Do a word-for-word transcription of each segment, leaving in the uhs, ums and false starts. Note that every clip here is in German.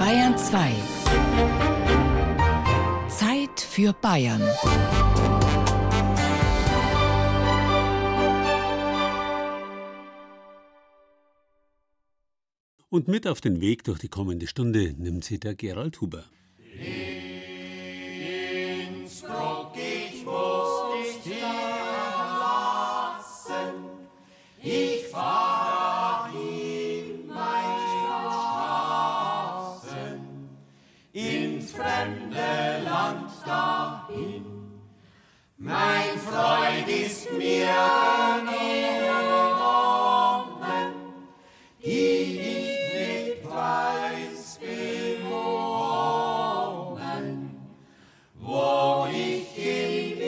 Bayern zwei. Zeit für Bayern. Und mit auf den Weg durch die kommende Stunde nimmt sie der Gerald Huber. Innsbruck, ich muss dich verlassen. Ich fahr in meine Straßen, ins fremde Land dahin. Mein Freund ist mir genommen, die ich nicht weiß bekommen, wo ich im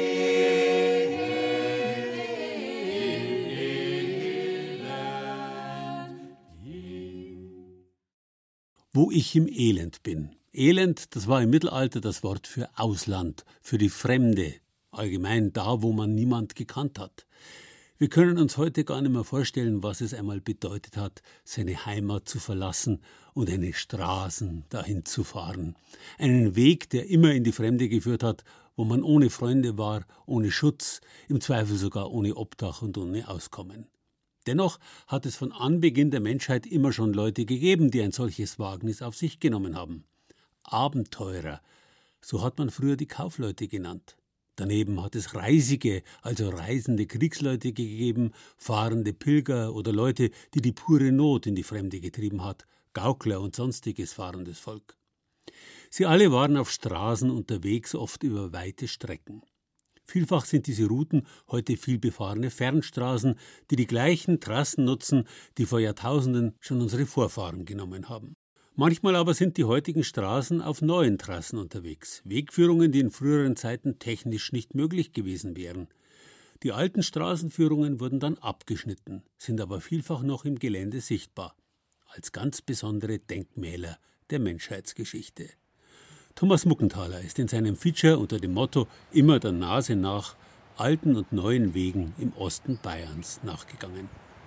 Elend bin. Wo ich im Elend bin. Elend, das war im Mittelalter das Wort für Ausland, für die Fremde, allgemein da, wo man niemand gekannt hat. Wir können uns heute gar nicht mehr vorstellen, was es einmal bedeutet hat, seine Heimat zu verlassen und eine Straßen dahin zu fahren. Einen Weg, der immer in die Fremde geführt hat, wo man ohne Freunde war, ohne Schutz, im Zweifel sogar ohne Obdach und ohne Auskommen. Dennoch hat es von Anbeginn der Menschheit immer schon Leute gegeben, die ein solches Wagnis auf sich genommen haben. Abenteurer, so hat man früher die Kaufleute genannt. Daneben hat es Reisige, also reisende Kriegsleute gegeben, fahrende Pilger oder Leute, die die pure Not in die Fremde getrieben hat, Gaukler und sonstiges fahrendes Volk. Sie alle waren auf Straßen unterwegs, oft über weite Strecken. Vielfach sind diese Routen heute viel befahrene Fernstraßen, die die gleichen Trassen nutzen, die vor Jahrtausenden schon unsere Vorfahren genommen haben. Manchmal aber sind die heutigen Straßen auf neuen Trassen unterwegs, Wegführungen, die in früheren Zeiten technisch nicht möglich gewesen wären. Die alten Straßenführungen wurden dann abgeschnitten, sind aber vielfach noch im Gelände sichtbar, als ganz besondere Denkmäler der Menschheitsgeschichte. Thomas Muckenthaler ist in seinem Feature unter dem Motto »Immer der Nase nach« alten und neuen Wegen im Osten Bayerns nachgegangen.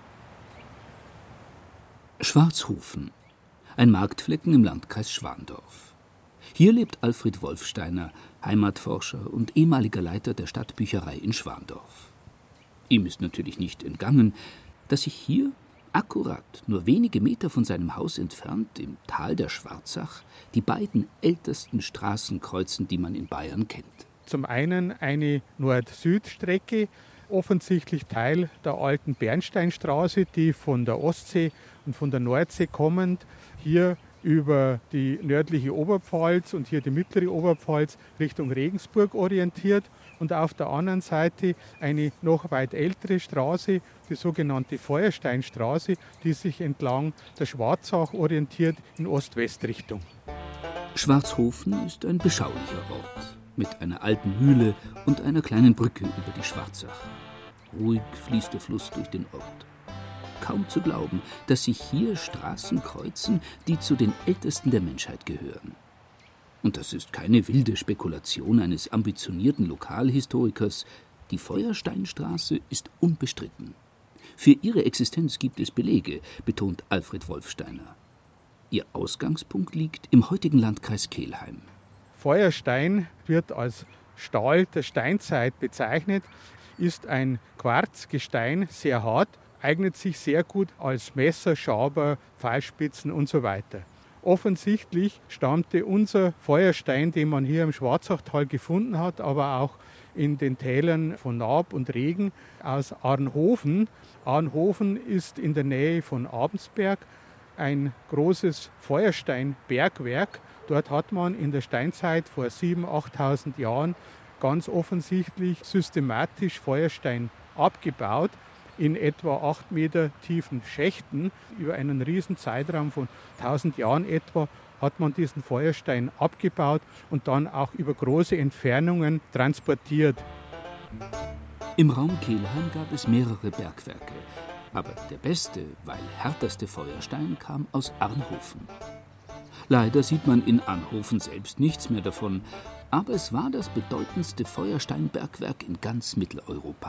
Schwarzhofen, ein Marktflecken im Landkreis Schwandorf. Hier lebt Alfred Wolfsteiner, Heimatforscher und ehemaliger Leiter der Stadtbücherei in Schwandorf. Ihm ist natürlich nicht entgangen, dass sich hier, akkurat nur wenige Meter von seinem Haus entfernt, im Tal der Schwarzach, die beiden ältesten Straßen kreuzen, die man in Bayern kennt. Zum einen eine Nord-Süd-Strecke, offensichtlich Teil der alten Bernsteinstraße, die von der Ostsee und von der Nordsee kommend hier über die nördliche Oberpfalz und hier die mittlere Oberpfalz Richtung Regensburg orientiert, und auf der anderen Seite eine noch weit ältere Straße, die sogenannte Feuersteinstraße, die sich entlang der Schwarzach orientiert in Ost-West-Richtung. Schwarzhofen ist ein beschaulicher Ort mit einer alten Mühle und einer kleinen Brücke über die Schwarzach. Ruhig fließt der Fluss durch den Ort. Kaum zu glauben, dass sich hier Straßen kreuzen, die zu den ältesten der Menschheit gehören. Und das ist keine wilde Spekulation eines ambitionierten Lokalhistorikers. Die Feuersteinstraße ist unbestritten. Für ihre Existenz gibt es Belege, betont Alfred Wolfsteiner. Ihr Ausgangspunkt liegt im heutigen Landkreis Kelheim. Feuerstein wird als Stahl der Steinzeit bezeichnet, ist ein Quarzgestein, sehr hart, eignet sich sehr gut als Messer, Schaber, Pfeilspitzen und so weiter. Offensichtlich stammte unser Feuerstein, den man hier im Schwarzachtal gefunden hat, aber auch in den Tälern von Naab und Regen, aus Arnhofen. Arnhofen ist in der Nähe von Abensberg ein großes Feuersteinbergwerk. Dort hat man in der Steinzeit vor siebentausend, achttausend Jahren ganz offensichtlich systematisch Feuerstein abgebaut, in etwa acht Meter tiefen Schächten. Über einen riesen Zeitraum von tausend Jahren etwa hat man diesen Feuerstein abgebaut und dann auch über große Entfernungen transportiert. Im Raum Kelheim gab es mehrere Bergwerke, aber der beste, weil härteste Feuerstein kam aus Arnhofen. Leider sieht man in Arnhofen selbst nichts mehr davon, aber es war das bedeutendste Feuersteinbergwerk in ganz Mitteleuropa.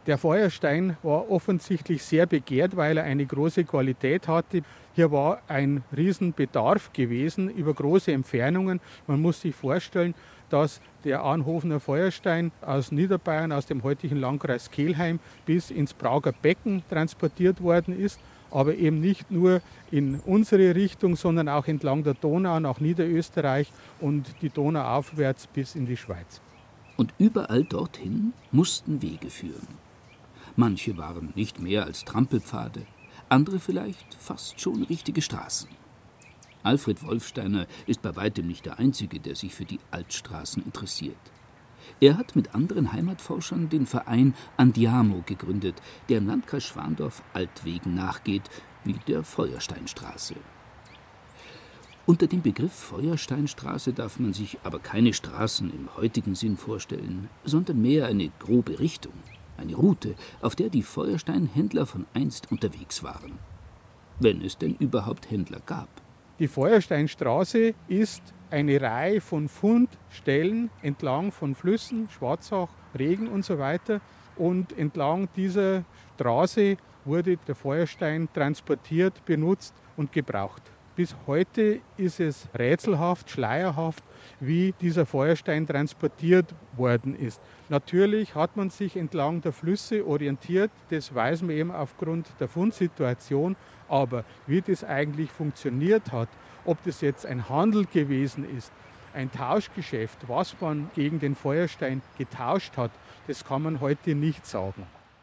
Der Feuerstein war offensichtlich sehr begehrt, weil er eine große Qualität hatte. Hier war ein Riesenbedarf gewesen über große Entfernungen. Man muss sich vorstellen, dass der Arnhofener Feuerstein aus Niederbayern, aus dem heutigen Landkreis Kelheim, bis ins Prager Becken transportiert worden ist. Aber eben nicht nur in unsere Richtung, sondern auch entlang der Donau nach Niederösterreich und die Donau aufwärts bis in die Schweiz. Und überall dorthin mussten Wege führen. Manche waren nicht mehr als Trampelpfade, andere vielleicht fast schon richtige Straßen. Alfred Wolfsteiner ist bei weitem nicht der Einzige, der sich für die Altstraßen interessiert. Er hat mit anderen Heimatforschern den Verein Andiamo gegründet, der im Landkreis Schwandorf Altwegen nachgeht, wie der Feuersteinstraße. Unter dem Begriff Feuersteinstraße darf man sich aber keine Straßen im heutigen Sinn vorstellen, sondern mehr eine grobe Richtung, eine Route, auf der die Feuersteinhändler von einst unterwegs waren. Wenn es denn überhaupt Händler gab. Die Feuersteinstraße ist eine Reihe von Fundstellen entlang von Flüssen, Schwarzach, Regen und so weiter. Und entlang dieser Straße wurde der Feuerstein transportiert, benutzt und gebraucht. Bis heute ist es rätselhaft, schleierhaft, wie dieser Feuerstein transportiert worden ist. Natürlich hat man sich entlang der Flüsse orientiert, das weiß man eben aufgrund der Fundsituation, aber wie das eigentlich funktioniert hat, ob das jetzt ein Handel gewesen ist, ein Tauschgeschäft, was man gegen den Feuerstein getauscht hat, das kann man heute nicht sagen.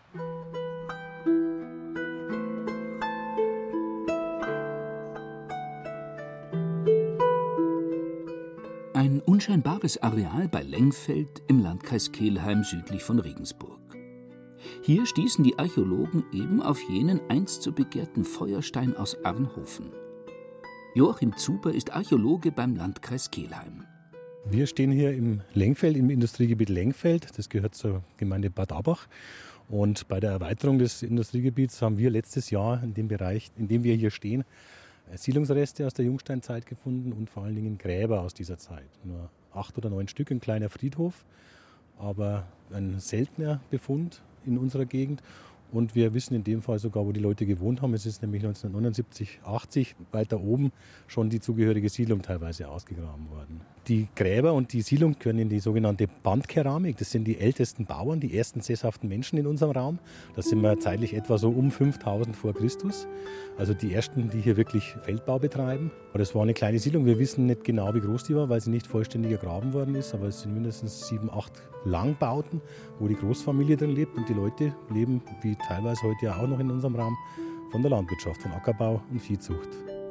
Ein unscheinbares Areal bei Lengfeld im Landkreis Kelheim südlich von Regensburg. Hier stießen die Archäologen eben auf jenen einst so begehrten Feuerstein aus Arnhofen. Joachim Zuber ist Archäologe beim Landkreis Kelheim. Wir stehen hier im Lengfeld, im Industriegebiet Lengfeld. Das gehört zur Gemeinde Bad Abbach. Und bei der Erweiterung des Industriegebiets haben wir letztes Jahr in dem Bereich, in dem wir hier stehen, Siedlungsreste aus der Jungsteinzeit gefunden und vor allen Dingen Gräber aus dieser Zeit. Nur acht oder neun Stück, ein kleiner Friedhof, aber ein seltener Befund in unserer Gegend. Und wir wissen in dem Fall sogar, wo die Leute gewohnt haben. Es ist nämlich neunzehnhundertneunundsiebzig, achtzig weiter oben schon die zugehörige Siedlung teilweise ausgegraben worden. Die Gräber und die Siedlung gehören in die sogenannte Bandkeramik. Das sind die ältesten Bauern, die ersten sesshaften Menschen in unserem Raum. Da sind wir zeitlich etwa so um fünftausend vor Christus. Also die ersten, die hier wirklich Feldbau betreiben. Aber das war eine kleine Siedlung. Wir wissen nicht genau, wie groß die war, weil sie nicht vollständig ergraben worden ist. Aber es sind mindestens sieben, acht Langbauten, wo die Großfamilie drin lebt. Und die Leute leben, wie teilweise heute ja auch noch in unserem Raum, von der Landwirtschaft, von Ackerbau und Viehzucht.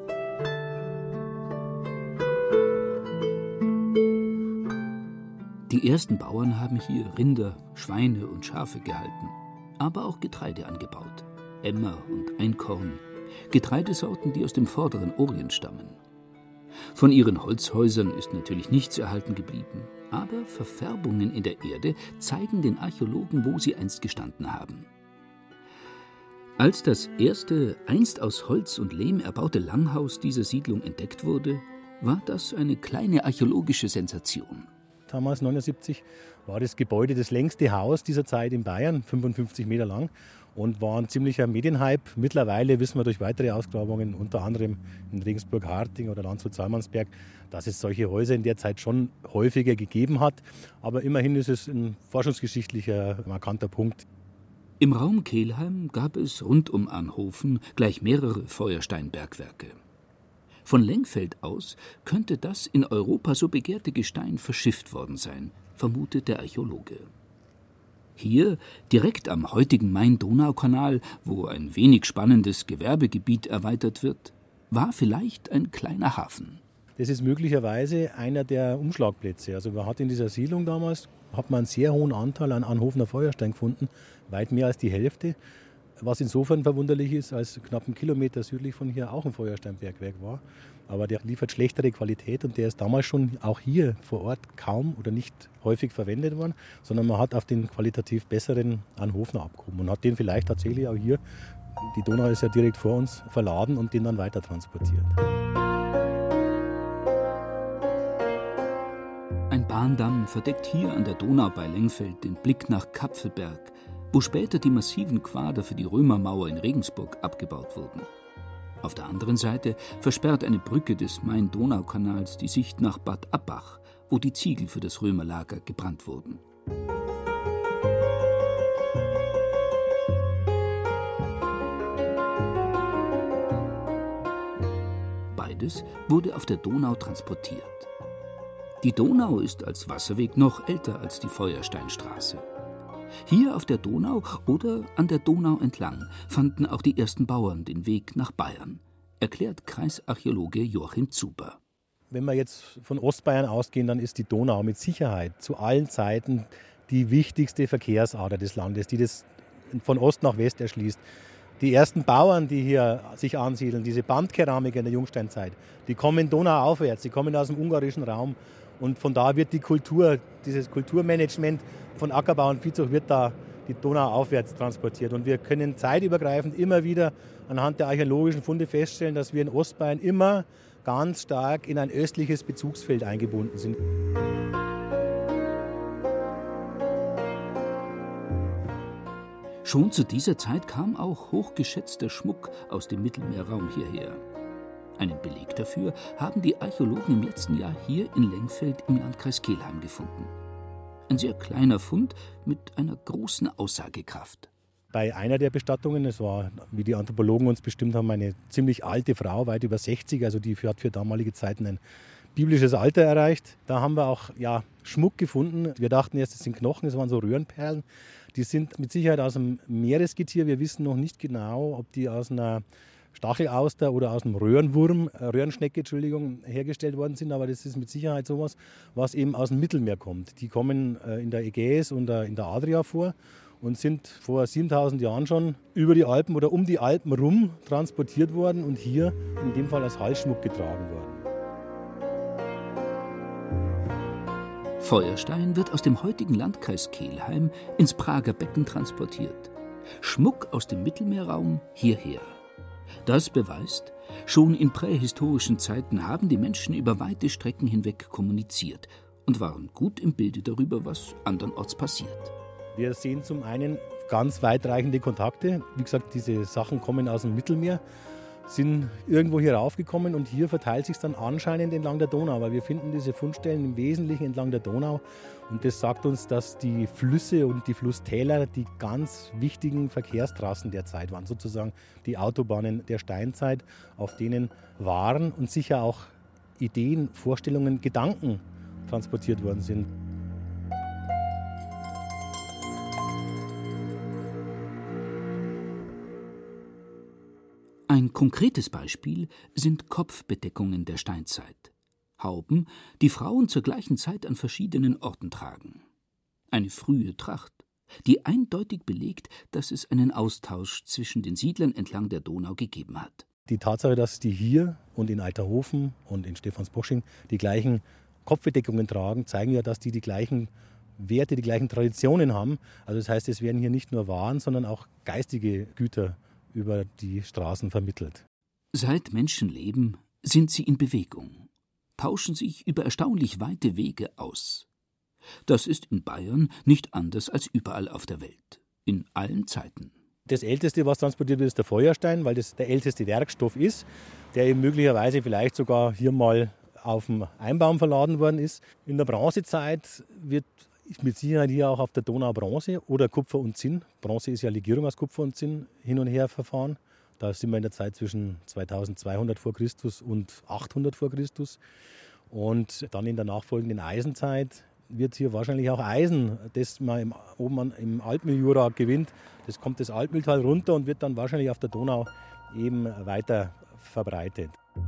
Die ersten Bauern haben hier Rinder, Schweine und Schafe gehalten, aber auch Getreide angebaut, Emmer und Einkorn, Getreidesorten, die aus dem vorderen Orient stammen. Von ihren Holzhäusern ist natürlich nichts erhalten geblieben, aber Verfärbungen in der Erde zeigen den Archäologen, wo sie einst gestanden haben. Als das erste, einst aus Holz und Lehm erbaute Langhaus dieser Siedlung entdeckt wurde, war das eine kleine archäologische Sensation. Damals, neunundsiebzig, war das Gebäude das längste Haus dieser Zeit in Bayern, fünfundfünfzig Meter lang, und war ein ziemlicher Medienhype. Mittlerweile wissen wir durch weitere Ausgrabungen, unter anderem in Regensburg-Harting oder Landshut-Salmansberg, dass es solche Häuser in der Zeit schon häufiger gegeben hat. Aber immerhin ist es ein forschungsgeschichtlicher, markanter Punkt. Im Raum Kelheim gab es rund um Arnhofen gleich mehrere Feuersteinbergwerke. Von Lengfeld aus könnte das in Europa so begehrte Gestein verschifft worden sein, vermutet der Archäologe. Hier, direkt am heutigen Main-Donau-Kanal, wo ein wenig spannendes Gewerbegebiet erweitert wird, war vielleicht ein kleiner Hafen. Das ist möglicherweise einer der Umschlagplätze. Also man hat in dieser Siedlung damals hat man einen sehr hohen Anteil an Arnhofener Feuerstein gefunden, weit mehr als die Hälfte. Was insofern verwunderlich ist, als knapp einen Kilometer südlich von hier auch ein Feuersteinbergwerk war. Aber der liefert schlechtere Qualität und der ist damals schon auch hier vor Ort kaum oder nicht häufig verwendet worden, sondern man hat auf den qualitativ besseren Arnhofener abgehoben und hat den vielleicht tatsächlich auch hier, die Donau ist ja direkt vor uns, verladen und den dann weiter transportiert. Ein Bahndamm verdeckt hier an der Donau bei Lengfeld den Blick nach Kapfelberg, wo später die massiven Quader für die Römermauer in Regensburg abgebaut wurden. Auf der anderen Seite versperrt eine Brücke des Main-Donau-Kanals die Sicht nach Bad Abbach, wo die Ziegel für das Römerlager gebrannt wurden. Beides wurde auf der Donau transportiert. Die Donau ist als Wasserweg noch älter als die Feuersteinstraße. Hier auf der Donau oder an der Donau entlang fanden auch die ersten Bauern den Weg nach Bayern, erklärt Kreisarchäologe Joachim Zuber. Wenn wir jetzt von Ostbayern ausgehen, dann ist die Donau mit Sicherheit zu allen Zeiten die wichtigste Verkehrsader des Landes, die das von Ost nach West erschließt. Die ersten Bauern, die hier sich ansiedeln, diese Bandkeramiker in der Jungsteinzeit, die kommen donauaufwärts, die kommen aus dem ungarischen Raum. Und von da wird die Kultur, dieses Kulturmanagement von Ackerbau und Viehzucht wird da die Donau aufwärts transportiert. Und wir können zeitübergreifend immer wieder anhand der archäologischen Funde feststellen, dass wir in Ostbayern immer ganz stark in ein östliches Bezugsfeld eingebunden sind. Schon zu dieser Zeit kam auch hochgeschätzter Schmuck aus dem Mittelmeerraum hierher. Einen Beleg dafür haben die Archäologen im letzten Jahr hier in Lengfeld im Landkreis Kelheim gefunden. Ein sehr kleiner Fund mit einer großen Aussagekraft. Bei einer der Bestattungen, es war, wie die Anthropologen uns bestimmt haben, eine ziemlich alte Frau, weit über sechzig, also die hat für damalige Zeiten ein biblisches Alter erreicht. Da haben wir auch ja, Schmuck gefunden. Wir dachten erst, es sind Knochen, es waren so Röhrenperlen. Die sind mit Sicherheit aus einem Meeresgetier. Wir wissen noch nicht genau, ob die aus einer Stachelauster oder aus einem Röhrenwurm, äh, Röhrenschnecke, Entschuldigung, hergestellt worden sind. Aber das ist mit Sicherheit sowas, was eben aus dem Mittelmeer kommt. Die kommen äh, in der Ägäis und äh, in der Adria vor und sind vor siebentausend Jahren schon über die Alpen oder um die Alpen rum transportiert worden und hier in dem Fall als Halsschmuck getragen worden. Feuerstein wird aus dem heutigen Landkreis Kelheim ins Prager Becken transportiert. Schmuck aus dem Mittelmeerraum hierher. Das beweist, schon in prähistorischen Zeiten haben die Menschen über weite Strecken hinweg kommuniziert und waren gut im Bilde darüber, was andernorts passiert. Wir sehen zum einen ganz weitreichende Kontakte. Wie gesagt, diese Sachen kommen aus dem Mittelmeer, sind irgendwo hier raufgekommen und hier verteilt sich dann anscheinend entlang der Donau. Aber wir finden diese Fundstellen im Wesentlichen entlang der Donau. Und das sagt uns, dass die Flüsse und die Flusstäler die ganz wichtigen Verkehrstrassen der Zeit waren. Sozusagen die Autobahnen der Steinzeit, auf denen Waren und sicher auch Ideen, Vorstellungen, Gedanken transportiert worden sind. Ein konkretes Beispiel sind Kopfbedeckungen der Steinzeit. Hauben, die Frauen zur gleichen Zeit an verschiedenen Orten tragen. Eine frühe Tracht, die eindeutig belegt, dass es einen Austausch zwischen den Siedlern entlang der Donau gegeben hat. Die Tatsache, dass die hier und in Alterhofen und in Stephansbosching die gleichen Kopfbedeckungen tragen, zeigen ja, dass die die gleichen Werte, die gleichen Traditionen haben. Also das heißt, es werden hier nicht nur Waren, sondern auch geistige Güter über die Straßen vermittelt. Seit Menschen leben, sind sie in Bewegung, tauschen sich über erstaunlich weite Wege aus. Das ist in Bayern nicht anders als überall auf der Welt, in allen Zeiten. Das Älteste, was transportiert wird, ist der Feuerstein, weil das der älteste Werkstoff ist, der eben möglicherweise vielleicht sogar hier mal auf dem Einbaum verladen worden ist. In der Bronzezeit wird mit Sicherheit hier auch auf der Donau Bronze oder Kupfer und Zinn. Bronze ist ja Legierung aus Kupfer und Zinn hin und her verfahren. Da sind wir in der Zeit zwischen zweitausendzweihundert vor Christus und achthundert vor Christus. Und dann in der nachfolgenden Eisenzeit wird hier wahrscheinlich auch Eisen, das man im, oben an, im Altmühljura gewinnt. Das kommt das Altmühltal runter und wird dann wahrscheinlich auf der Donau eben weiter verbreitet.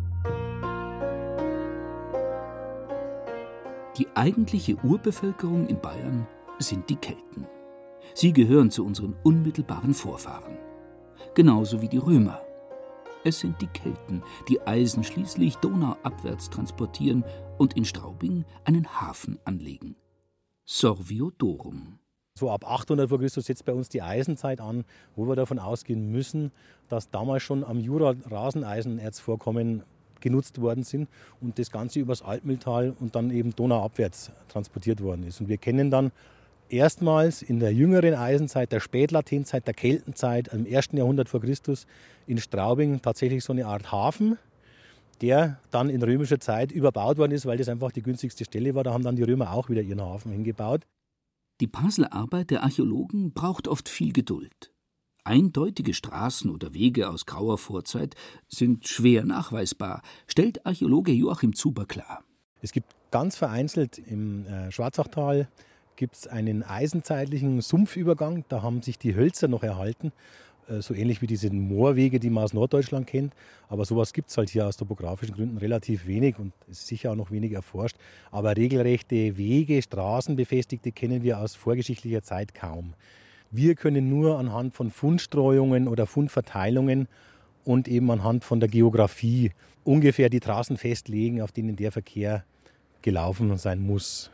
Die eigentliche Urbevölkerung in Bayern sind die Kelten. Sie gehören zu unseren unmittelbaren Vorfahren. Genauso wie die Römer. Es sind die Kelten, die Eisen schließlich donauabwärts transportieren und in Straubing einen Hafen anlegen. Sorviodorum. So ab achthundert vor Christus setzt bei uns die Eisenzeit an, wo wir davon ausgehen müssen, dass damals schon am Jura Raseneisenerzvorkommen genutzt worden sind und das Ganze übers Altmühltal und dann eben donauabwärts transportiert worden ist. Und wir kennen dann erstmals in der jüngeren Eisenzeit, der Spätlatenzeit, der Keltenzeit, im ersten Jahrhundert vor Christus in Straubing tatsächlich so eine Art Hafen, der dann in römischer Zeit überbaut worden ist, weil das einfach die günstigste Stelle war. Da haben dann die Römer auch wieder ihren Hafen hingebaut. Die Puzzlearbeit der Archäologen braucht oft viel Geduld. Eindeutige Straßen oder Wege aus grauer Vorzeit sind schwer nachweisbar, stellt Archäologe Joachim Zuber klar. Es gibt ganz vereinzelt im äh, Schwarzachtal gibt's einen eisenzeitlichen Sumpfübergang. Da haben sich die Hölzer noch erhalten, äh, so ähnlich wie diese Moorwege, die man aus Norddeutschland kennt. Aber sowas gibt es halt hier aus topografischen Gründen relativ wenig und ist sicher auch noch wenig erforscht. Aber regelrechte Wege, Straßen, befestigte kennen wir aus vorgeschichtlicher Zeit kaum. Wir können nur anhand von Fundstreuungen oder Fundverteilungen und eben anhand von der Geografie ungefähr die Trassen festlegen, auf denen der Verkehr gelaufen sein muss.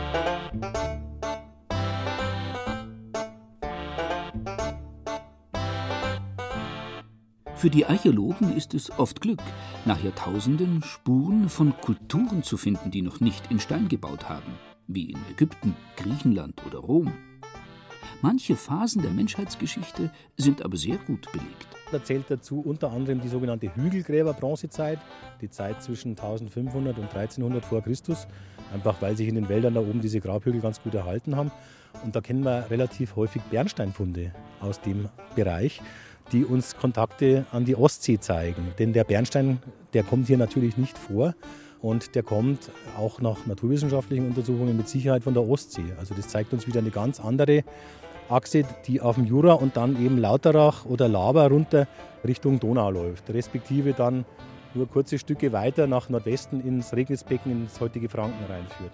Für die Archäologen ist es oft Glück, nach Jahrtausenden Spuren von Kulturen zu finden, die noch nicht in Stein gebaut haben, wie in Ägypten, Griechenland oder Rom. Manche Phasen der Menschheitsgeschichte sind aber sehr gut belegt. Da zählt dazu unter anderem die sogenannte Hügelgräber-Bronzezeit, die Zeit zwischen eintausendfünfhundert und dreizehnhundert vor Christus, einfach weil sich in den Wäldern da oben diese Grabhügel ganz gut erhalten haben. Und da kennen wir relativ häufig Bernsteinfunde aus dem Bereich, die uns Kontakte an die Ostsee zeigen. Denn der Bernstein, der kommt hier natürlich nicht vor. Und der kommt auch nach naturwissenschaftlichen Untersuchungen mit Sicherheit von der Ostsee. Also das zeigt uns wieder eine ganz andere Achse, die auf dem Jura und dann eben Lauterach oder Laber runter Richtung Donau läuft. Respektive dann nur kurze Stücke weiter nach Nordwesten ins Regnitzbecken, ins heutige Franken reinführt.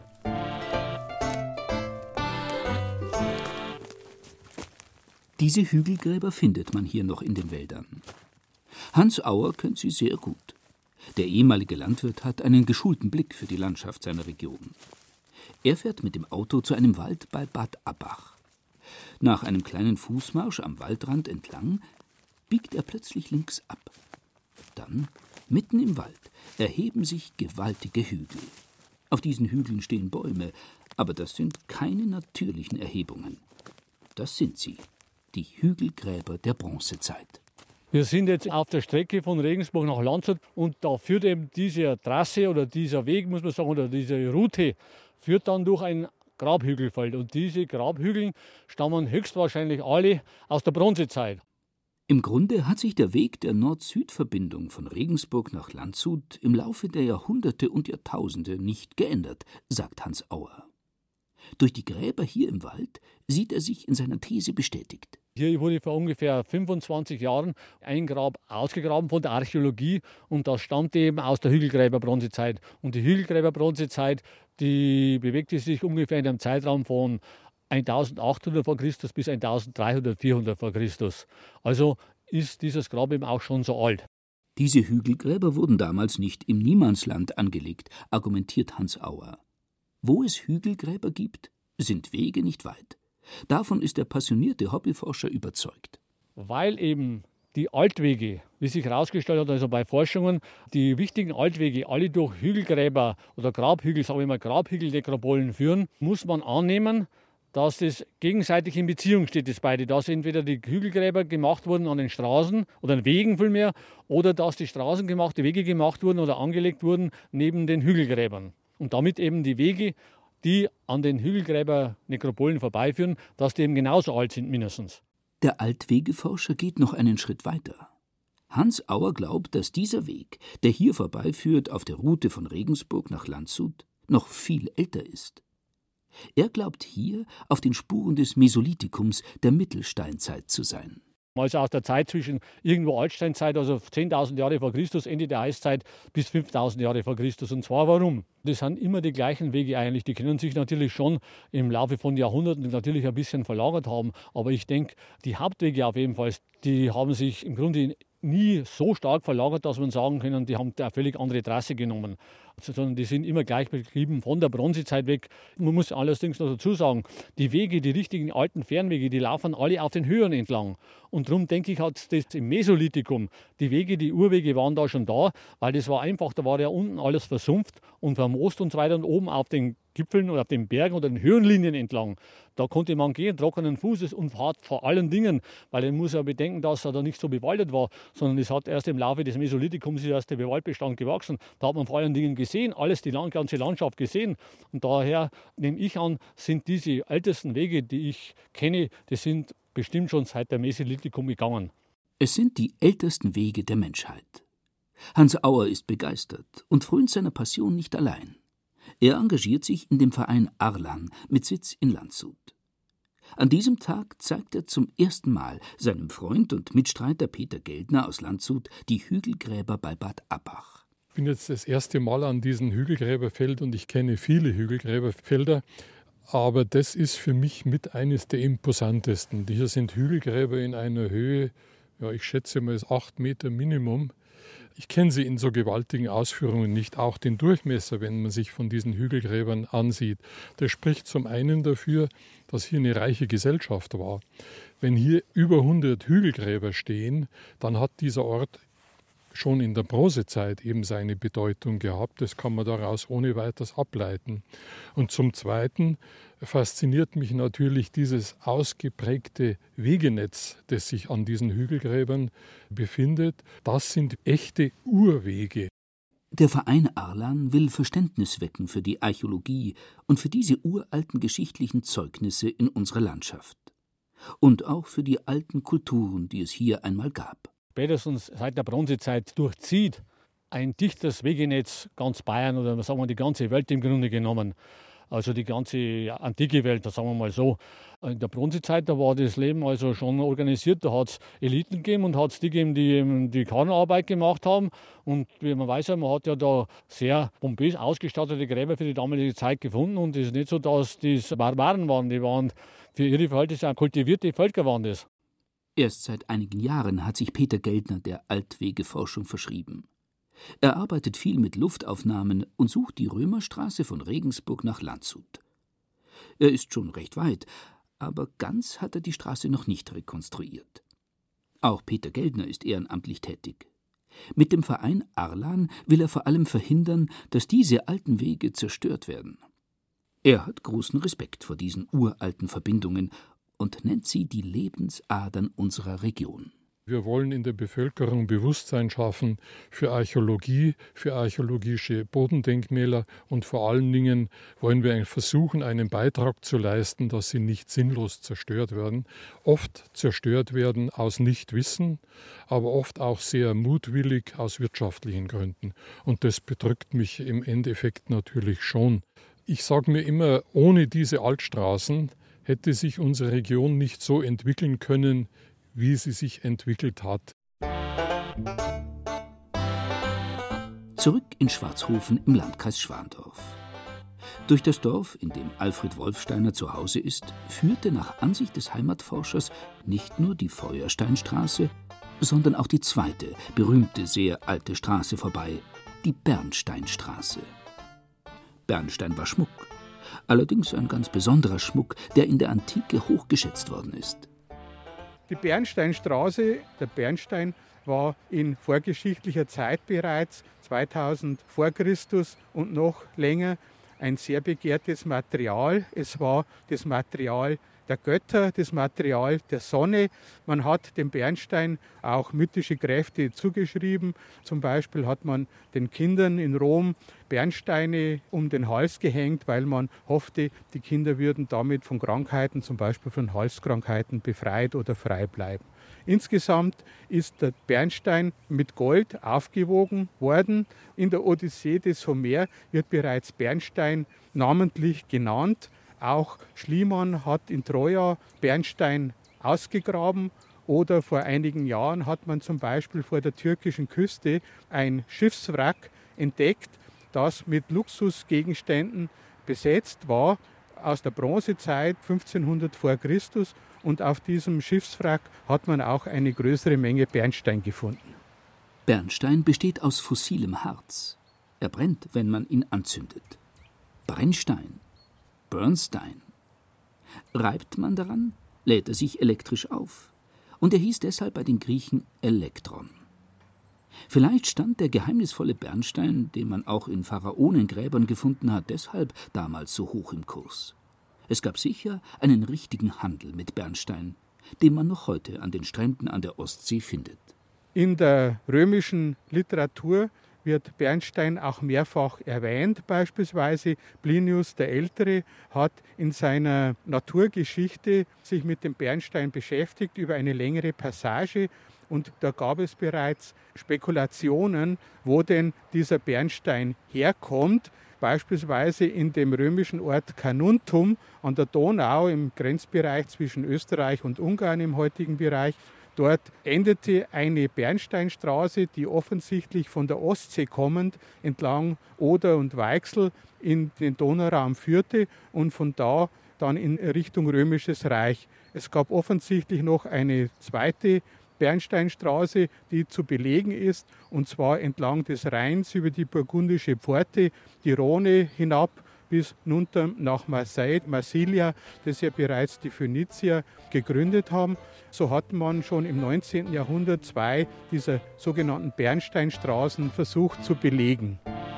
Diese Hügelgräber findet man hier noch in den Wäldern. Hans Auer kennt sie sehr gut. Der ehemalige Landwirt hat einen geschulten Blick für die Landschaft seiner Region. Er fährt mit dem Auto zu einem Wald bei Bad Abbach. Nach einem kleinen Fußmarsch am Waldrand entlang biegt er plötzlich links ab. Dann, mitten im Wald, erheben sich gewaltige Hügel. Auf diesen Hügeln stehen Bäume, aber das sind keine natürlichen Erhebungen. Das sind sie, die Hügelgräber der Bronzezeit. Wir sind jetzt auf der Strecke von Regensburg nach Landshut und da führt eben diese Trasse oder dieser Weg, muss man sagen, oder diese Route, führt dann durch ein Grabhügelfeld. Und diese Grabhügel stammen höchstwahrscheinlich alle aus der Bronzezeit. Im Grunde hat sich der Weg der Nord-Süd-Verbindung von Regensburg nach Landshut im Laufe der Jahrhunderte und Jahrtausende nicht geändert, sagt Hans Auer. Durch die Gräber hier im Wald sieht er sich in seiner These bestätigt. Hier wurde vor ungefähr fünfundzwanzig Jahren ein Grab ausgegraben von der Archäologie und das stammte eben aus der Hügelgräber-Bronzezeit. Und die Hügelgräber-Bronzezeit, die bewegte sich ungefähr in einem Zeitraum von eintausendachthundert vor Christus bis eintausenddreihundert, vierhundert vor Christus. Also ist dieses Grab eben auch schon so alt. Diese Hügelgräber wurden damals nicht im Niemandsland angelegt, argumentiert Hans Auer. Wo es Hügelgräber gibt, sind Wege nicht weit. Davon ist der passionierte Hobbyforscher überzeugt. Weil eben die Altwege, wie sich herausgestellt hat, also bei Forschungen, die wichtigen Altwege alle durch Hügelgräber oder Grabhügel, sagen wir mal Grabhügeldekropolen führen, muss man annehmen, dass das gegenseitig in Beziehung steht, das beide. Dass entweder die Hügelgräber gemacht wurden an den Straßen oder an Wegen vielmehr, oder dass die Straßen gemacht, die Wege gemacht wurden oder angelegt wurden neben den Hügelgräbern. Und damit eben die Wege, die an den Hügelgräber-Nekropolen vorbeiführen, dass die eben genauso alt sind mindestens. Der Altwegeforscher geht noch einen Schritt weiter. Hans Auer glaubt, dass dieser Weg, der hier vorbeiführt auf der Route von Regensburg nach Landshut, noch viel älter ist. Er glaubt hier auf den Spuren des Mesolithikums der Mittelsteinzeit zu sein. Also aus der Zeit zwischen irgendwo Altsteinzeit, also zehntausend Jahre vor Christus, Ende der Eiszeit, bis fünftausend Jahre vor Christus. Und zwar warum? Das sind immer die gleichen Wege eigentlich. Die können sich natürlich schon im Laufe von Jahrhunderten natürlich ein bisschen verlagert haben. Aber ich denke, die Hauptwege auf jeden Fall, die haben sich im Grunde nie so stark verlagert, dass man sagen können, die haben eine völlig andere Trasse genommen. sondern die sind immer gleich betrieben von der Bronzezeit weg. Man muss allerdings noch dazu sagen, die Wege, die richtigen alten Fernwege, die laufen alle auf den Höhen entlang. Und darum denke ich, hat das im Mesolithikum, die Wege, die Urwege waren da schon da, weil das war einfach, da war ja unten alles versumpft und vermoost und so weiter und oben auf den Gipfeln oder auf den Bergen oder den Höhenlinien entlang. Da konnte man gehen, trockenen Fußes und hat vor allen Dingen, weil man muss ja bedenken, dass er da nicht so bewaldet war, sondern es hat erst im Laufe des Mesolithikums erst der Waldbestand gewachsen. Da hat man vor allen Dingen gesehen, alles, die ganze Landschaft gesehen. Und daher nehme ich an, sind diese ältesten Wege, die ich kenne, die sind bestimmt schon seit dem Mesolithikum gegangen. Es sind die ältesten Wege der Menschheit. Hans Auer ist begeistert und frönt seiner Passion nicht allein. Er engagiert sich in dem Verein Arlan mit Sitz in Landshut. An diesem Tag zeigt er zum ersten Mal seinem Freund und Mitstreiter Peter Geldner aus Landshut die Hügelgräber bei Bad Abbach. Ich bin jetzt das erste Mal an diesem Hügelgräberfeld und ich kenne viele Hügelgräberfelder, aber das ist für mich mit eines der imposantesten. Hier sind Hügelgräber in einer Höhe, ja, ich schätze mal acht Meter Minimum. Ich kenne sie in so gewaltigen Ausführungen nicht, auch den Durchmesser, wenn man sich von diesen Hügelgräbern ansieht. Das spricht zum einen dafür, dass hier eine reiche Gesellschaft war. Wenn hier über hundert Hügelgräber stehen, dann hat dieser Ort schon in der Bronzezeit eben seine Bedeutung gehabt. Das kann man daraus ohne weiteres ableiten. Und zum Zweiten fasziniert mich natürlich dieses ausgeprägte Wegenetz, das sich an diesen Hügelgräbern befindet. Das sind echte Urwege. Der Verein Arlan will Verständnis wecken für die Archäologie und für diese uralten geschichtlichen Zeugnisse in unserer Landschaft. Und auch für die alten Kulturen, die es hier einmal gab. Spätestens seit der Bronzezeit durchzieht ein dichtes Wegenetz ganz Bayern oder sagen wir die ganze Welt im Grunde genommen. Also die ganze antike Welt, sagen wir mal so. In der Bronzezeit, da war das Leben also schon organisiert. Da hat es Eliten gegeben und hat es die gegeben, die eben die Kahnarbeit gemacht haben. Und wie man weiß, man hat ja da sehr pompös ausgestattete Gräber für die damalige Zeit gefunden. Und es ist nicht so, dass das Barbaren waren. Die waren für ihre Verhältnisse auch kultivierte Völker waren das. Erst seit einigen Jahren hat sich Peter Geldner der Altwegeforschung verschrieben. Er arbeitet viel mit Luftaufnahmen und sucht die Römerstraße von Regensburg nach Landshut. Er ist schon recht weit, aber ganz hat er die Straße noch nicht rekonstruiert. Auch Peter Geldner ist ehrenamtlich tätig. Mit dem Verein Arlan will er vor allem verhindern, dass diese alten Wege zerstört werden. Er hat großen Respekt vor diesen uralten Verbindungen und nennt sie die Lebensadern unserer Region. Wir wollen in der Bevölkerung Bewusstsein schaffen für Archäologie, für archäologische Bodendenkmäler und vor allen Dingen wollen wir versuchen, einen Beitrag zu leisten, dass sie nicht sinnlos zerstört werden. Oft zerstört werden aus Nichtwissen, aber oft auch sehr mutwillig aus wirtschaftlichen Gründen. Und das bedrückt mich im Endeffekt natürlich schon. Ich sage mir immer, ohne diese Altstraßen hätte sich unsere Region nicht so entwickeln können, wie sie sich entwickelt hat. Zurück in Schwarzhofen im Landkreis Schwandorf. Durch das Dorf, in dem Alfred Wolfsteiner zu Hause ist, führte nach Ansicht des Heimatforschers nicht nur die Feuersteinstraße, sondern auch die zweite, berühmte, sehr alte Straße vorbei, die Bernsteinstraße. Bernstein war Schmuck. Allerdings ein ganz besonderer Schmuck, der in der Antike hochgeschätzt worden ist. Die Bernsteinstraße, der Bernstein, war in vorgeschichtlicher Zeit bereits, zweitausend vor Christus und noch länger, ein sehr begehrtes Material. Es war das Material der Götter, das Material der Sonne. Man hat dem Bernstein auch mythische Kräfte zugeschrieben. Zum Beispiel hat man den Kindern in Rom Bernsteine um den Hals gehängt, weil man hoffte, die Kinder würden damit von Krankheiten, zum Beispiel von Halskrankheiten, befreit oder frei bleiben. Insgesamt ist der Bernstein mit Gold aufgewogen worden. In der Odyssee des Homer wird bereits Bernstein namentlich genannt. Auch Schliemann hat in Troja Bernstein ausgegraben oder vor einigen Jahren hat man zum Beispiel vor der türkischen Küste ein Schiffswrack entdeckt, das mit Luxusgegenständen besetzt war aus der Bronzezeit fünfzehnhundert vor Christus und auf diesem Schiffswrack hat man auch eine größere Menge Bernstein gefunden. Bernstein besteht aus fossilem Harz. Er brennt, wenn man ihn anzündet. Brennstein, Bernstein. Reibt man daran, lädt er sich elektrisch auf. Und er hieß deshalb bei den Griechen Elektron. Vielleicht stand der geheimnisvolle Bernstein, den man auch in Pharaonengräbern gefunden hat, deshalb damals so hoch im Kurs. Es gab sicher einen richtigen Handel mit Bernstein, den man noch heute an den Stränden an der Ostsee findet. In der römischen Literatur wird Bernstein auch mehrfach erwähnt. Beispielsweise Plinius der Ältere hat in seiner Naturgeschichte sich mit dem Bernstein beschäftigt über eine längere Passage. Und da gab es bereits Spekulationen, wo denn dieser Bernstein herkommt. Beispielsweise in dem römischen Ort Carnuntum an der Donau im Grenzbereich zwischen Österreich und Ungarn im heutigen Bereich. Dort endete eine Bernsteinstraße, die offensichtlich von der Ostsee kommend entlang Oder und Weichsel in den Donauraum führte und von da dann in Richtung Römisches Reich. Es gab offensichtlich noch eine zweite Bernsteinstraße, die zu belegen ist, und zwar entlang des Rheins über die Burgundische Pforte, die Rhone hinab bis hinunter nach Marseille, Marsilia, das ja bereits die Phönizier gegründet haben. So hat man schon im neunzehnten Jahrhundert zwei dieser sogenannten Bernsteinstraßen versucht zu belegen.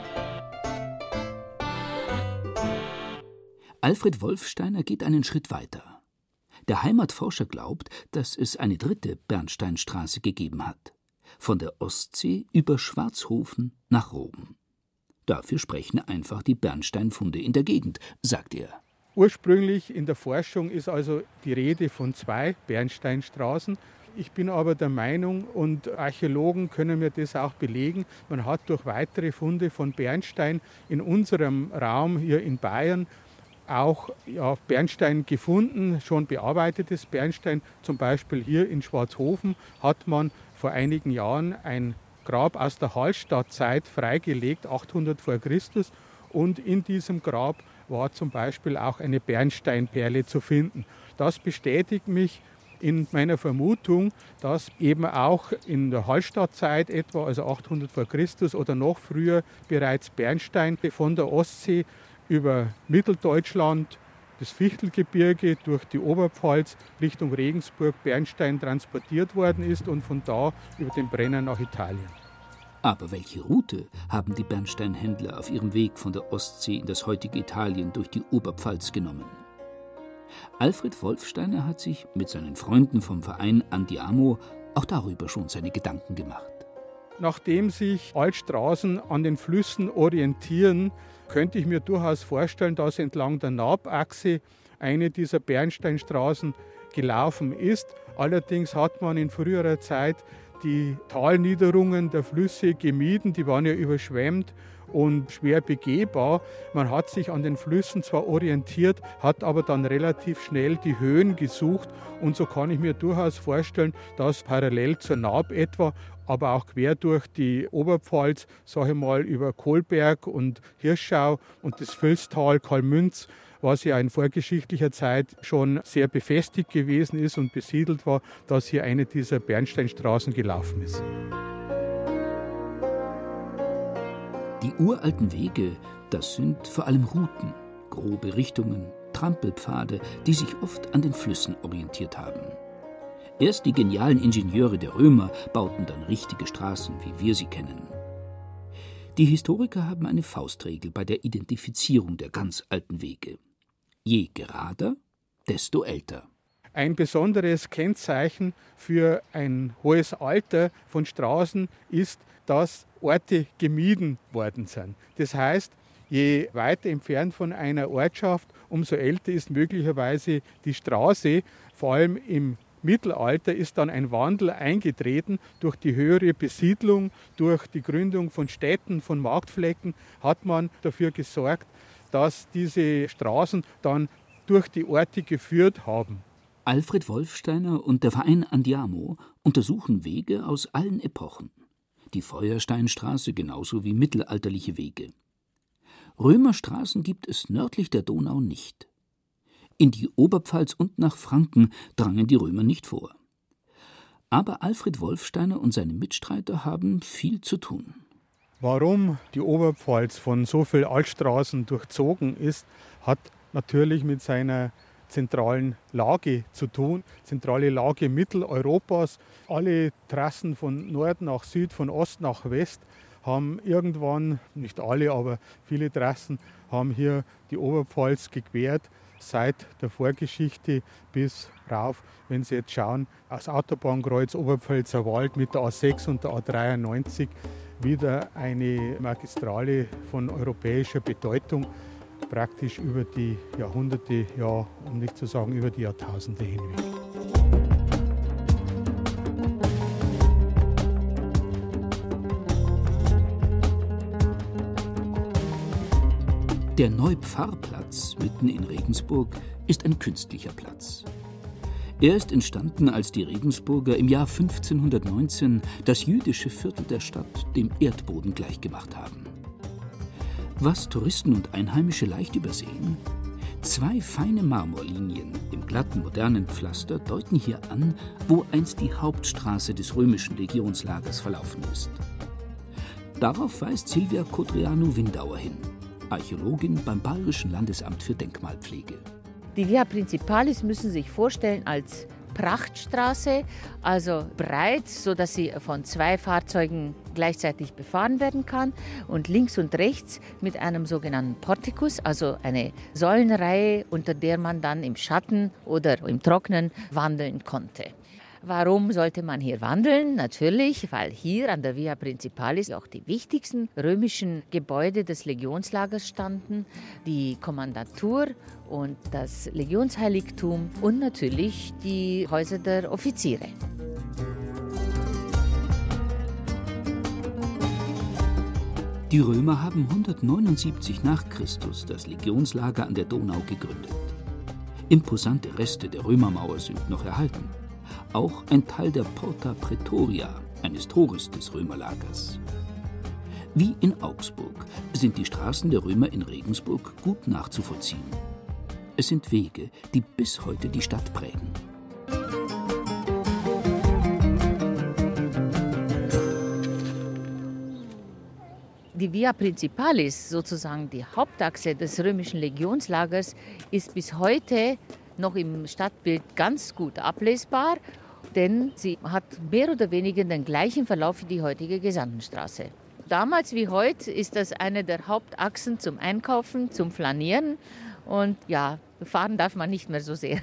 Alfred Wolfsteiner geht einen Schritt weiter. Der Heimatforscher glaubt, dass es eine dritte Bernsteinstraße gegeben hat. Von der Ostsee über Schwarzhofen nach Rom. Dafür sprechen einfach die Bernsteinfunde in der Gegend, sagt er. Ursprünglich in der Forschung ist also die Rede von zwei Bernsteinstraßen. Ich bin aber der Meinung, und Archäologen können mir das auch belegen, man hat durch weitere Funde von Bernstein in unserem Raum hier in Bayern auch ja, Bernstein gefunden, schon bearbeitetes Bernstein. Zum Beispiel hier in Schwarzhofen hat man vor einigen Jahren ein Grab aus der Hallstattzeit freigelegt, achthundert vor Christus. Und in diesem Grab war zum Beispiel auch eine Bernsteinperle zu finden. Das bestätigt mich in meiner Vermutung, dass eben auch in der Hallstattzeit etwa, also achthundert vor Christus oder noch früher, bereits Bernstein von der Ostsee über Mitteldeutschland, das Fichtelgebirge durch die Oberpfalz Richtung Regensburg Bernstein transportiert worden ist und von da über den Brenner nach Italien. Aber welche Route haben die Bernsteinhändler auf ihrem Weg von der Ostsee in das heutige Italien durch die Oberpfalz genommen? Alfred Wolfsteiner hat sich mit seinen Freunden vom Verein Andiamo auch darüber schon seine Gedanken gemacht. Nachdem sich Altstraßen an den Flüssen orientieren, könnte ich mir durchaus vorstellen, dass entlang der Naabachse eine dieser Bernsteinstraßen gelaufen ist. Allerdings hat man in früherer Zeit die Talniederungen der Flüsse gemieden, die waren ja überschwemmt und schwer begehbar. Man hat sich an den Flüssen zwar orientiert, hat aber dann relativ schnell die Höhen gesucht und so kann ich mir durchaus vorstellen, dass parallel zur Naab etwa, aber auch quer durch die Oberpfalz, sage ich mal, über Kolberg und Hirschau und das Völstal, Kalmünz, was ja in vorgeschichtlicher Zeit schon sehr befestigt gewesen ist und besiedelt war, dass hier eine dieser Bernsteinstraßen gelaufen ist. Die uralten Wege, das sind vor allem Routen, grobe Richtungen, Trampelpfade, die sich oft an den Flüssen orientiert haben. Erst die genialen Ingenieure der Römer bauten dann richtige Straßen, wie wir sie kennen. Die Historiker haben eine Faustregel bei der Identifizierung der ganz alten Wege. Je gerader, desto älter. Ein besonderes Kennzeichen für ein hohes Alter von Straßen ist, dass Orte gemieden worden sind. Das heißt, je weiter entfernt von einer Ortschaft, umso älter ist möglicherweise die Straße. Vor allem im Mittelalter ist dann ein Wandel eingetreten. Durch die höhere Besiedlung, durch die Gründung von Städten, von Marktflecken hat man dafür gesorgt, dass diese Straßen dann durch die Orte geführt haben. Alfred Wolfsteiner und der Verein Andiamo untersuchen Wege aus allen Epochen. Die Feuersteinstraße genauso wie mittelalterliche Wege. Römerstraßen gibt es nördlich der Donau nicht. In die Oberpfalz und nach Franken drangen die Römer nicht vor. Aber Alfred Wolfsteiner und seine Mitstreiter haben viel zu tun. Warum die Oberpfalz von so vielen Altstraßen durchzogen ist, hat natürlich mit seiner zentralen Lage zu tun. Zentrale Lage Mitteleuropas. Alle Trassen von Nord nach Süd, von Ost nach West haben irgendwann, nicht alle, aber viele Trassen haben hier die Oberpfalz gequert. Seit der Vorgeschichte bis rauf, wenn Sie jetzt schauen, das Autobahnkreuz Oberpfälzer Wald mit der A sechs und der A dreiundneunzig, wieder eine Magistrale von europäischer Bedeutung, praktisch über die Jahrhunderte, ja, um nicht zu sagen über die Jahrtausende hinweg. Der Neupfarrplatz mitten in Regensburg ist ein künstlicher Platz. Er ist entstanden, als die Regensburger im Jahr fünfzehnhundertneunzehn das jüdische Viertel der Stadt dem Erdboden gleichgemacht haben. Was Touristen und Einheimische leicht übersehen: Zwei feine Marmorlinien im glatten, modernen Pflaster deuten hier an, wo einst die Hauptstraße des römischen Legionslagers verlaufen ist. Darauf weist Silvia Codreanu-Windauer hin, Archäologin beim Bayerischen Landesamt für Denkmalpflege. Die Via Principalis müssen Sie sich vorstellen als Prachtstraße, also breit, sodass sie von zwei Fahrzeugen gleichzeitig befahren werden kann, und links und rechts mit einem sogenannten Portikus, also eine Säulenreihe, unter der man dann im Schatten oder im Trocknen wandeln konnte. Warum sollte man hier wandeln? Natürlich, weil hier an der Via Principalis auch die wichtigsten römischen Gebäude des Legionslagers standen, die Kommandantur und das Legionsheiligtum und natürlich die Häuser der Offiziere. Die Römer haben hundertneunundsiebzig nach Christus das Legionslager an der Donau gegründet. Imposante Reste der Römermauer sind noch erhalten. Auch ein Teil der Porta Praetoria, eines Tores des Römerlagers. Wie in Augsburg sind die Straßen der Römer in Regensburg gut nachzuvollziehen. Es sind Wege, die bis heute die Stadt prägen. Die Via Principalis, sozusagen die Hauptachse des römischen Legionslagers, ist bis heute noch im Stadtbild ganz gut ablesbar, denn sie hat mehr oder weniger den gleichen Verlauf wie die heutige Gesandtenstraße. Damals wie heute ist das eine der Hauptachsen zum Einkaufen, zum Flanieren, und ja, fahren darf man nicht mehr so sehr.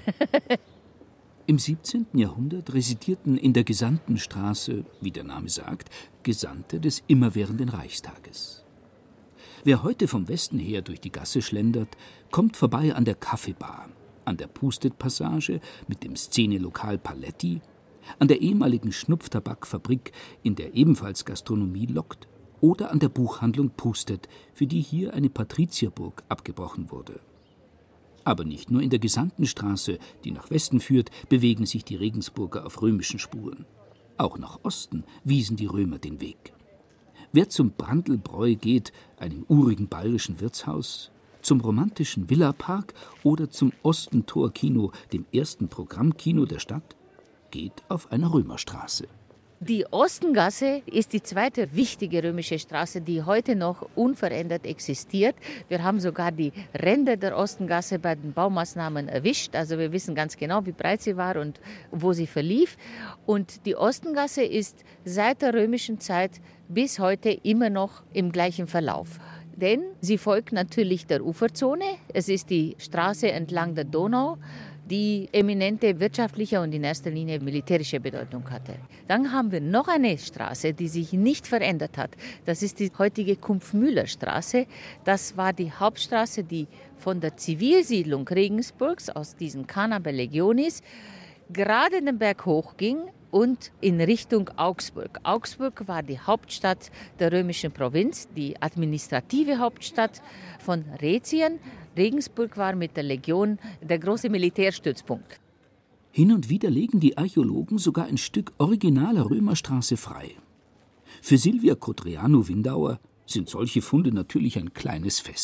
Im siebzehnten Jahrhundert residierten in der Gesandtenstraße, wie der Name sagt, Gesandte des immerwährenden Reichstages. Wer heute vom Westen her durch die Gasse schlendert, kommt vorbei an der Kaffeebar, an der Pustet-Passage mit dem Szenelokal Paletti, an der ehemaligen Schnupftabakfabrik, in der ebenfalls Gastronomie lockt, oder an der Buchhandlung Pustet, für die hier eine Patrizierburg abgebrochen wurde. Aber nicht nur in der Gesandtenstraße, die nach Westen führt, bewegen sich die Regensburger auf römischen Spuren. Auch nach Osten wiesen die Römer den Weg. Wer zum Brandlbräu geht, einem urigen bayerischen Wirtshaus, zum romantischen Villapark oder zum Ostentor-Kino, dem ersten Programmkino der Stadt, geht auf einer Römerstraße. Die Ostengasse ist die zweite wichtige römische Straße, die heute noch unverändert existiert. Wir haben sogar die Ränder der Ostengasse bei den Baumaßnahmen erwischt. Also wir wissen ganz genau, wie breit sie war und wo sie verlief. Und die Ostengasse ist seit der römischen Zeit bis heute immer noch im gleichen Verlauf. Denn sie folgt natürlich der Uferzone. Es ist die Straße entlang der Donau, die eminente wirtschaftliche und in erster Linie militärische Bedeutung hatte. Dann haben wir noch eine Straße, die sich nicht verändert hat. Das ist die heutige Kumpfmühler-Straße. Das war die Hauptstraße, die von der Zivilsiedlung Regensburgs aus diesen Cana Legionis gerade den Berg hochging und in Richtung Augsburg. Augsburg war die Hauptstadt der römischen Provinz, die administrative Hauptstadt von Rätien. Regensburg war mit der Legion der große Militärstützpunkt. Hin und wieder legen die Archäologen sogar ein Stück originaler Römerstraße frei. Für Silvia Codreanu-Windauer sind solche Funde natürlich ein kleines Fest.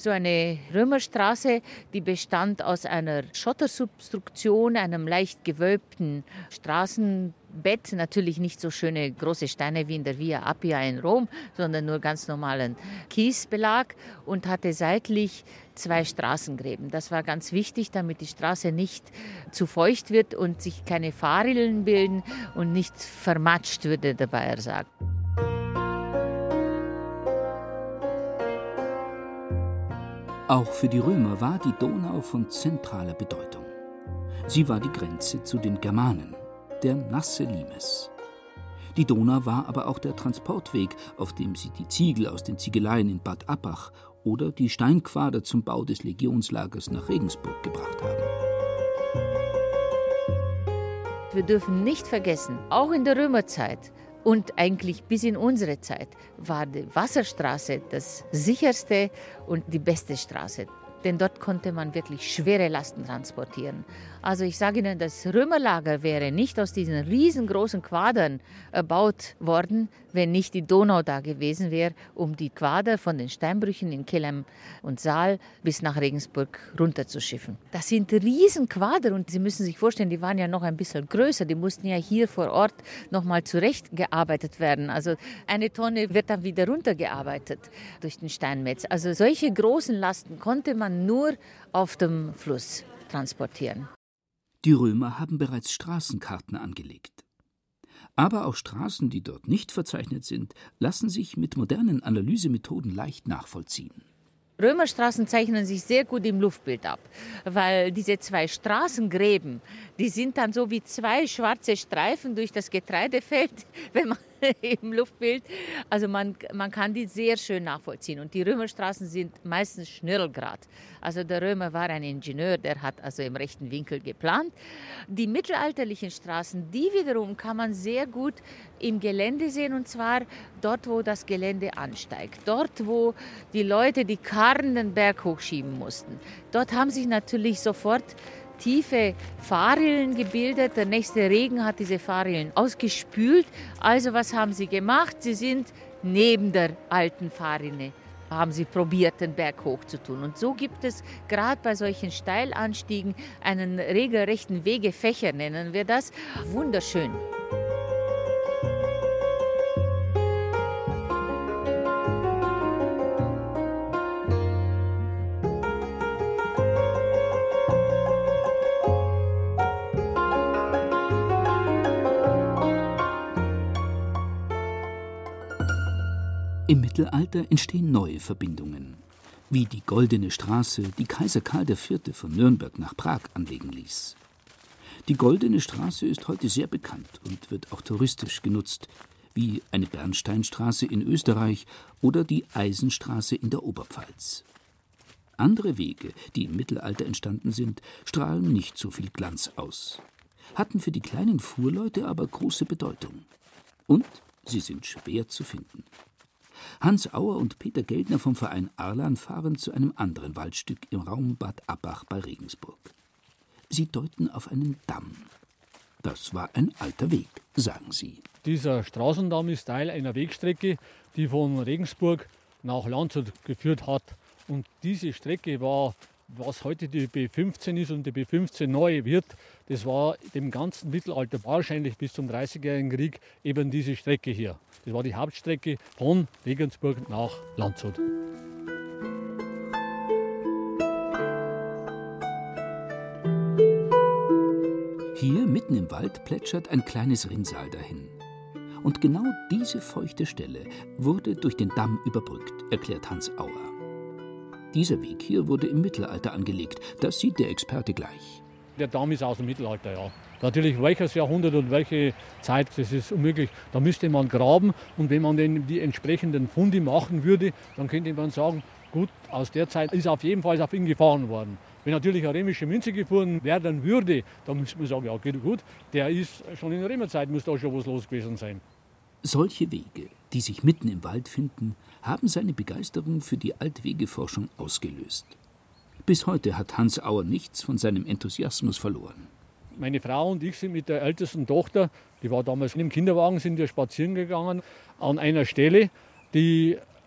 so eine Römerstraße, die bestand aus einer Schottersubstruktion, einem leicht gewölbten Straßenbett, natürlich nicht so schöne große Steine wie in der Via Appia in Rom, sondern nur ganz normalen Kiesbelag und hatte seitlich zwei Straßengräben. Das war ganz wichtig, damit die Straße nicht zu feucht wird und sich keine Fahrrillen bilden und nicht vermatscht, würde der Bayer sagen. Auch für die Römer war die Donau von zentraler Bedeutung. Sie war die Grenze zu den Germanen, der nasse Limes. Die Donau war aber auch der Transportweg, auf dem sie die Ziegel aus den Ziegeleien in Bad Abbach oder die Steinquader zum Bau des Legionslagers nach Regensburg gebracht haben. Wir dürfen nicht vergessen, auch in der Römerzeit und eigentlich bis in unsere Zeit war die Wasserstraße das sicherste und die beste Straße. Denn dort konnte man wirklich schwere Lasten transportieren. Also ich sage Ihnen, das Römerlager wäre nicht aus diesen riesengroßen Quadern erbaut worden, wenn nicht die Donau da gewesen wäre, um die Quader von den Steinbrüchen in Kelheim und Saal bis nach Regensburg runterzuschiffen. Das sind Riesenquader und Sie müssen sich vorstellen, die waren ja noch ein bisschen größer. Die mussten ja hier vor Ort nochmal zurechtgearbeitet werden. Also eine Tonne wird dann wieder runtergearbeitet durch den Steinmetz. Also solche großen Lasten konnte man nur auf dem Fluss transportieren. Die Römer haben bereits Straßenkarten angelegt. Aber auch Straßen, die dort nicht verzeichnet sind, lassen sich mit modernen Analysemethoden leicht nachvollziehen. Römerstraßen zeichnen sich sehr gut im Luftbild ab, weil diese zwei Straßengräben, die sind dann so wie zwei schwarze Streifen durch das Getreidefeld, wenn man im Luftbild, also man, man kann die sehr schön nachvollziehen. Und die Römerstraßen sind meistens schnirkelgerad. Also der Römer war ein Ingenieur, der hat also im rechten Winkel geplant. Die mittelalterlichen Straßen, die wiederum kann man sehr gut im Gelände sehen, und zwar dort, wo das Gelände ansteigt. Dort, wo die Leute die Karren den Berg hochschieben mussten. Dort haben sich natürlich sofort tiefe Fahrrillen gebildet. Der nächste Regen hat diese Fahrrillen ausgespült. Also was haben sie gemacht? Sie sind neben der alten Fahrrinne, haben sie probiert, den Berg hoch zu tun. Und so gibt es gerade bei solchen Steilanstiegen einen regelrechten Wegefächer, nennen wir das. Wunderschön. Im Mittelalter entstehen neue Verbindungen, wie die Goldene Straße, die Kaiser Karl der Vierte von Nürnberg nach Prag anlegen ließ. Die Goldene Straße ist heute sehr bekannt und wird auch touristisch genutzt, wie eine Bernsteinstraße in Österreich oder die Eisenstraße in der Oberpfalz. Andere Wege, die im Mittelalter entstanden sind, strahlen nicht so viel Glanz aus, hatten für die kleinen Fuhrleute aber große Bedeutung. Und sie sind schwer zu finden. Hans Auer und Peter Geldner vom Verein Arlan fahren zu einem anderen Waldstück im Raum Bad Abbach bei Regensburg. Sie deuten auf einen Damm. Das war ein alter Weg, sagen sie. Dieser Straßendamm ist Teil einer Wegstrecke, die von Regensburg nach Landshut geführt hat. Und diese Strecke war, was heute die B fünfzehn ist und die B fünfzehn neu wird, das war dem ganzen Mittelalter wahrscheinlich bis zum dreißigjährigen Krieg eben diese Strecke hier. Das war die Hauptstrecke von Regensburg nach Landshut. Hier mitten im Wald plätschert ein kleines Rinnsal dahin. Und genau diese feuchte Stelle wurde durch den Damm überbrückt, erklärt Hans Auer. Dieser Weg hier wurde im Mittelalter angelegt, das sieht der Experte gleich. Der Damm ist aus dem Mittelalter, ja. Natürlich welches Jahrhundert und welche Zeit, das ist unmöglich. Da müsste man graben, und wenn man den, die entsprechenden Funde machen würde, dann könnte man sagen, gut, aus der Zeit ist auf jeden Fall auf ihn gefahren worden. Wenn natürlich eine römische Münze gefunden werden würde, dann müsste man sagen, ja gut, der ist schon in der Römerzeit, muss da schon was los gewesen sein. Solche Wege, die sich mitten im Wald finden, haben seine Begeisterung für die Altwegeforschung ausgelöst. Bis heute hat Hans Auer nichts von seinem Enthusiasmus verloren. Meine Frau und ich sind mit der ältesten Tochter, die war damals im Kinderwagen, sind wir spazieren gegangen, an einer Stelle, die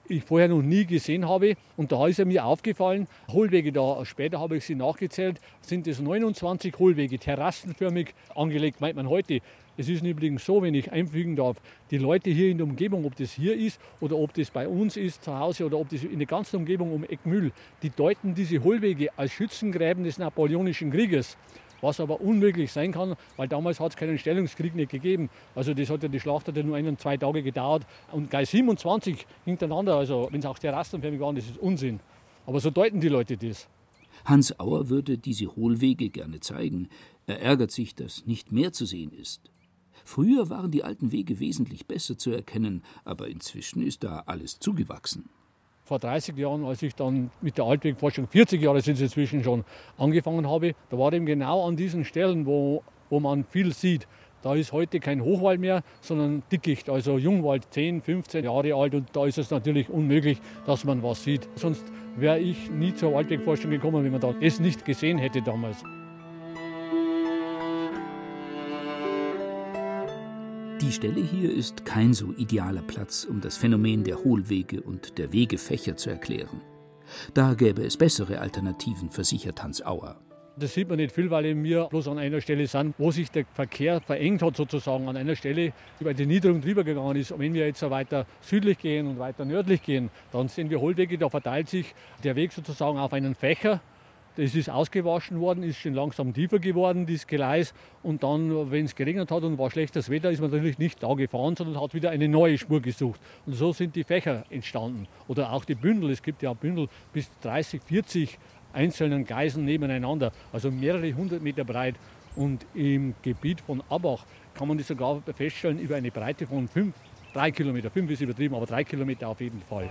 ich vorher noch nie gesehen habe. Und da ist er mir aufgefallen, Hohlwege, da später habe ich sie nachgezählt, sind es neunundzwanzig Hohlwege, terrassenförmig angelegt, meint man heute. Es ist übrigens so, wenn ich einfügen darf, die Leute hier in der Umgebung, ob das hier ist oder ob das bei uns ist zu Hause oder ob das in der ganzen Umgebung um Eckmühl, die deuten diese Hohlwege als Schützengräben des Napoleonischen Krieges. Was aber unmöglich sein kann, weil damals hat es keinen Stellungskrieg nicht gegeben. Also das hat ja die Schlacht hat ja nur ein und zwei Tage gedauert. Und gleich siebenundzwanzig hintereinander, also wenn es auch terrassenförmig waren, das ist Unsinn. Aber so deuten die Leute das. Hans Auer würde diese Hohlwege gerne zeigen. Er ärgert sich, dass nicht mehr zu sehen ist. Früher waren die alten Wege wesentlich besser zu erkennen, aber inzwischen ist da alles zugewachsen. Vor dreißig Jahren, als ich dann mit der Altwegforschung, vierzig Jahre sind es inzwischen schon, angefangen habe, da war eben genau an diesen Stellen, wo, wo man viel sieht. Da ist heute kein Hochwald mehr, sondern Dickicht, also Jungwald, zehn, fünfzehn Jahre alt. Und da ist es natürlich unmöglich, dass man was sieht. Sonst wäre ich nie zur Waldwegforschung gekommen, wenn man da das nicht gesehen hätte damals. Die Stelle hier ist kein so idealer Platz, um das Phänomen der Hohlwege und der Wegefächer zu erklären. Da gäbe es bessere Alternativen, versichert Hans Auer. Das sieht man nicht viel, weil wir bloß an einer Stelle sind, wo sich der Verkehr verengt hat, sozusagen an einer Stelle, über die Niederung drüber gegangen ist. Und wenn wir jetzt weiter südlich gehen und weiter nördlich gehen, dann sehen wir Hohlwege, da verteilt sich der Weg sozusagen auf einen Fächer. Das ist ausgewaschen worden, ist schon langsam tiefer geworden, dieses Gleis. Und dann, wenn es geregnet hat und war schlechtes Wetter, ist man natürlich nicht da gefahren, sondern hat wieder eine neue Spur gesucht. Und so sind die Fächer entstanden. Oder auch die Bündel. Es gibt ja Bündel bis dreißig, vierzig einzelnen Gleisen nebeneinander, also mehrere hundert Meter breit. Und im Gebiet von Abbach kann man das sogar feststellen über eine Breite von fünf, drei Kilometer. Fünf ist übertrieben, aber drei Kilometer auf jeden Fall.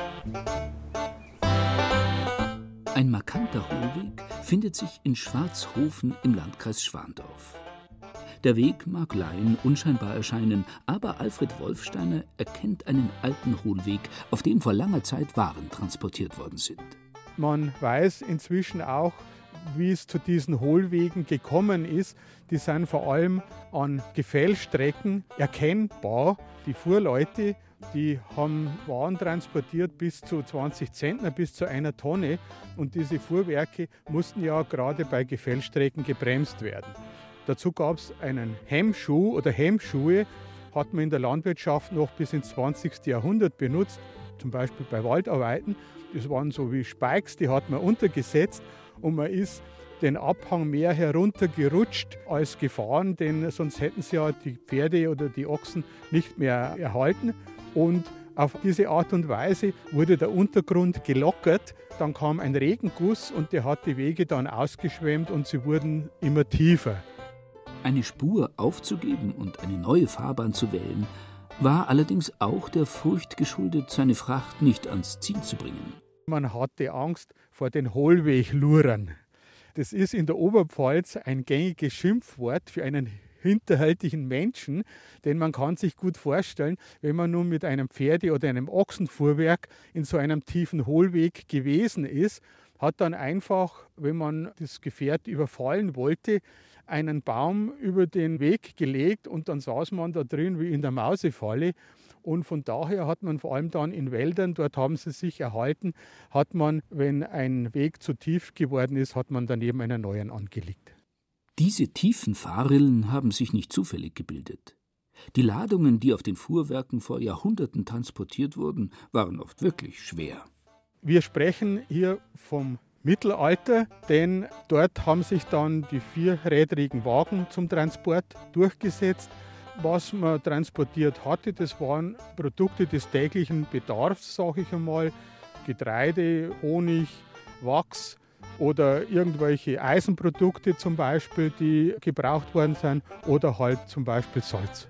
Ein markanter Hohlweg findet sich in Schwarzhofen im Landkreis Schwandorf. Der Weg mag Laien unscheinbar erscheinen, aber Alfred Wolfsteiner erkennt einen alten Hohlweg, auf dem vor langer Zeit Waren transportiert worden sind. Man weiß inzwischen auch, wie es zu diesen Hohlwegen gekommen ist. Die sind vor allem an Gefällstrecken erkennbar. Die Fuhrleute, die haben Waren transportiert bis zu zwanzig Zentner, bis zu einer Tonne. Und diese Fuhrwerke mussten ja gerade bei Gefällstrecken gebremst werden. Dazu gab es einen Hemmschuh oder Hemmschuhe, hat man in der Landwirtschaft noch bis ins zwanzigste Jahrhundert benutzt, zum Beispiel bei Waldarbeiten. Das waren so wie Spikes, die hat man untergesetzt und man ist den Abhang mehr heruntergerutscht als gefahren, denn sonst hätten sie ja die Pferde oder die Ochsen nicht mehr erhalten. Und auf diese Art und Weise wurde der Untergrund gelockert, dann kam ein Regenguss und der hat die Wege dann ausgeschwemmt und sie wurden immer tiefer. Eine Spur aufzugeben und eine neue Fahrbahn zu wählen, war allerdings auch der Furcht geschuldet, seine Fracht nicht ans Ziel zu bringen. Man hatte Angst vor den Hohlweglurern. Das ist in der Oberpfalz ein gängiges Schimpfwort für einen hinterhältigen Menschen, denn man kann sich gut vorstellen, wenn man nun mit einem Pferde- oder einem Ochsenfuhrwerk in so einem tiefen Hohlweg gewesen ist, hat dann einfach, wenn man das Gefährt überfallen wollte, einen Baum über den Weg gelegt und dann saß man da drin wie in der Mausefalle. Und von daher hat man vor allem dann in Wäldern, dort haben sie sich erhalten, hat man, wenn ein Weg zu tief geworden ist, hat man daneben einen neuen angelegt. Diese tiefen Fahrrillen haben sich nicht zufällig gebildet. Die Ladungen, die auf den Fuhrwerken vor Jahrhunderten transportiert wurden, waren oft wirklich schwer. Wir sprechen hier vom Mittelalter, denn dort haben sich dann die vierrädrigen Wagen zum Transport durchgesetzt. Was man transportiert hatte, das waren Produkte des täglichen Bedarfs, sage ich einmal. Getreide, Honig, Wachs oder irgendwelche Eisenprodukte zum Beispiel, die gebraucht worden sind, oder halt zum Beispiel Salz.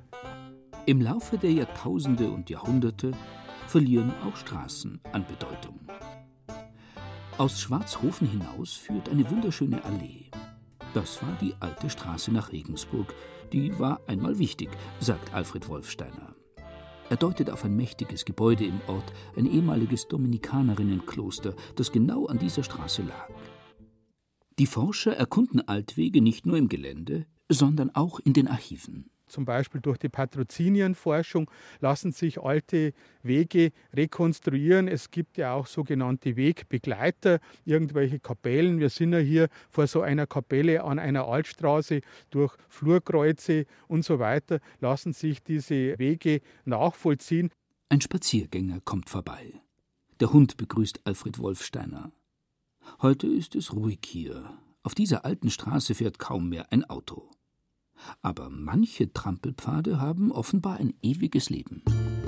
Im Laufe der Jahrtausende und Jahrhunderte verlieren auch Straßen an Bedeutung. Aus Schwarzhofen hinaus führt eine wunderschöne Allee. Das war die alte Straße nach Regensburg. Die war einmal wichtig, sagt Alfred Wolfsteiner. Er deutet auf ein mächtiges Gebäude im Ort, ein ehemaliges Dominikanerinnenkloster, das genau an dieser Straße lag. Die Forscher erkunden Altwege nicht nur im Gelände, sondern auch in den Archiven. Zum Beispiel durch die Patrozinienforschung lassen sich alte Wege rekonstruieren. Es gibt ja auch sogenannte Wegbegleiter, irgendwelche Kapellen. Wir sind ja hier vor so einer Kapelle an einer Altstraße. Durch Flurkreuze und so weiter lassen sich diese Wege nachvollziehen. Ein Spaziergänger kommt vorbei. Der Hund begrüßt Alfred Wolfsteiner. Heute ist es ruhig hier. Auf dieser alten Straße fährt kaum mehr ein Auto. Aber manche Trampelpfade haben offenbar ein ewiges Leben.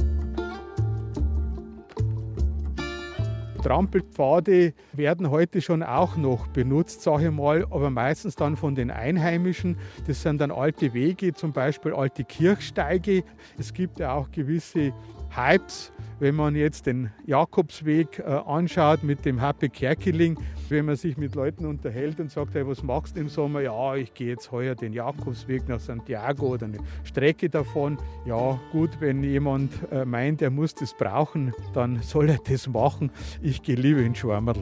Trampelpfade werden heute schon auch noch benutzt, sage ich mal, aber meistens dann von den Einheimischen. Das sind dann alte Wege, zum Beispiel alte Kirchsteige. Es gibt ja auch gewisse Hypes, wenn man jetzt den Jakobsweg äh, anschaut mit dem Happy Kerkeling, wenn man sich mit Leuten unterhält und sagt, hey, was machst du im Sommer? Ja, ich gehe jetzt heuer den Jakobsweg nach Santiago oder eine Strecke davon. Ja, gut, wenn jemand äh, meint, er muss das brauchen, dann soll er das machen. Ich gehe lieber in Schwammerl.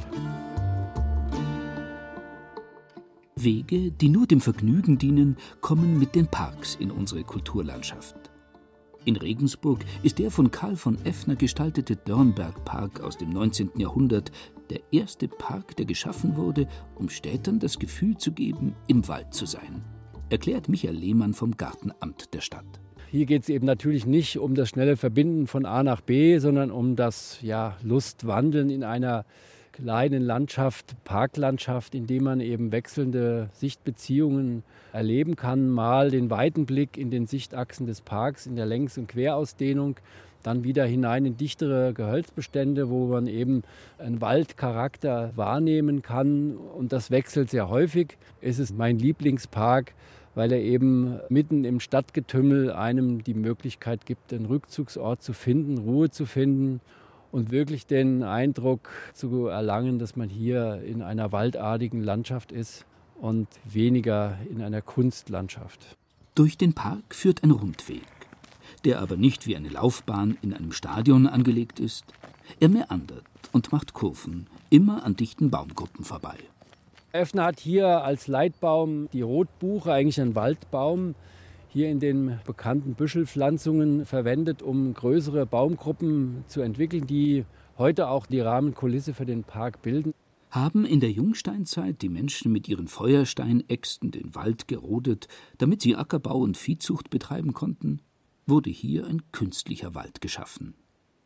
Wege, die nur dem Vergnügen dienen, kommen mit den Parks in unsere Kulturlandschaft. In Regensburg ist der von Karl von Effner gestaltete Dörnbergpark aus dem neunzehnten Jahrhundert der erste Park, der geschaffen wurde, um Städtern das Gefühl zu geben, im Wald zu sein, erklärt Michael Lehmann vom Gartenamt der Stadt. Hier geht es eben natürlich nicht um das schnelle Verbinden von A nach B, sondern um das ja, Lustwandeln in einer kleinen Landschaft, Parklandschaft, in dem man eben wechselnde Sichtbeziehungen erleben kann. Mal den weiten Blick in den Sichtachsen des Parks, in der Längs- und Querausdehnung, dann wieder hinein in dichtere Gehölzbestände, wo man eben einen Waldcharakter wahrnehmen kann. Und das wechselt sehr häufig. Es ist mein Lieblingspark, weil er eben mitten im Stadtgetümmel einem die Möglichkeit gibt, einen Rückzugsort zu finden, Ruhe zu finden und wirklich den Eindruck zu erlangen, dass man hier in einer waldartigen Landschaft ist und weniger in einer Kunstlandschaft. Durch den Park führt ein Rundweg, der aber nicht wie eine Laufbahn in einem Stadion angelegt ist. Er meandert und macht Kurven, immer an dichten Baumgruppen vorbei. Effner hat hier als Leitbaum die Rotbuche, eigentlich ein Waldbaum, hier in den bekannten Büschelpflanzungen verwendet, um größere Baumgruppen zu entwickeln, die heute auch die Rahmenkulisse für den Park bilden. Haben in der Jungsteinzeit die Menschen mit ihren Feuersteinäxten den Wald gerodet, damit sie Ackerbau und Viehzucht betreiben konnten, wurde hier ein künstlicher Wald geschaffen.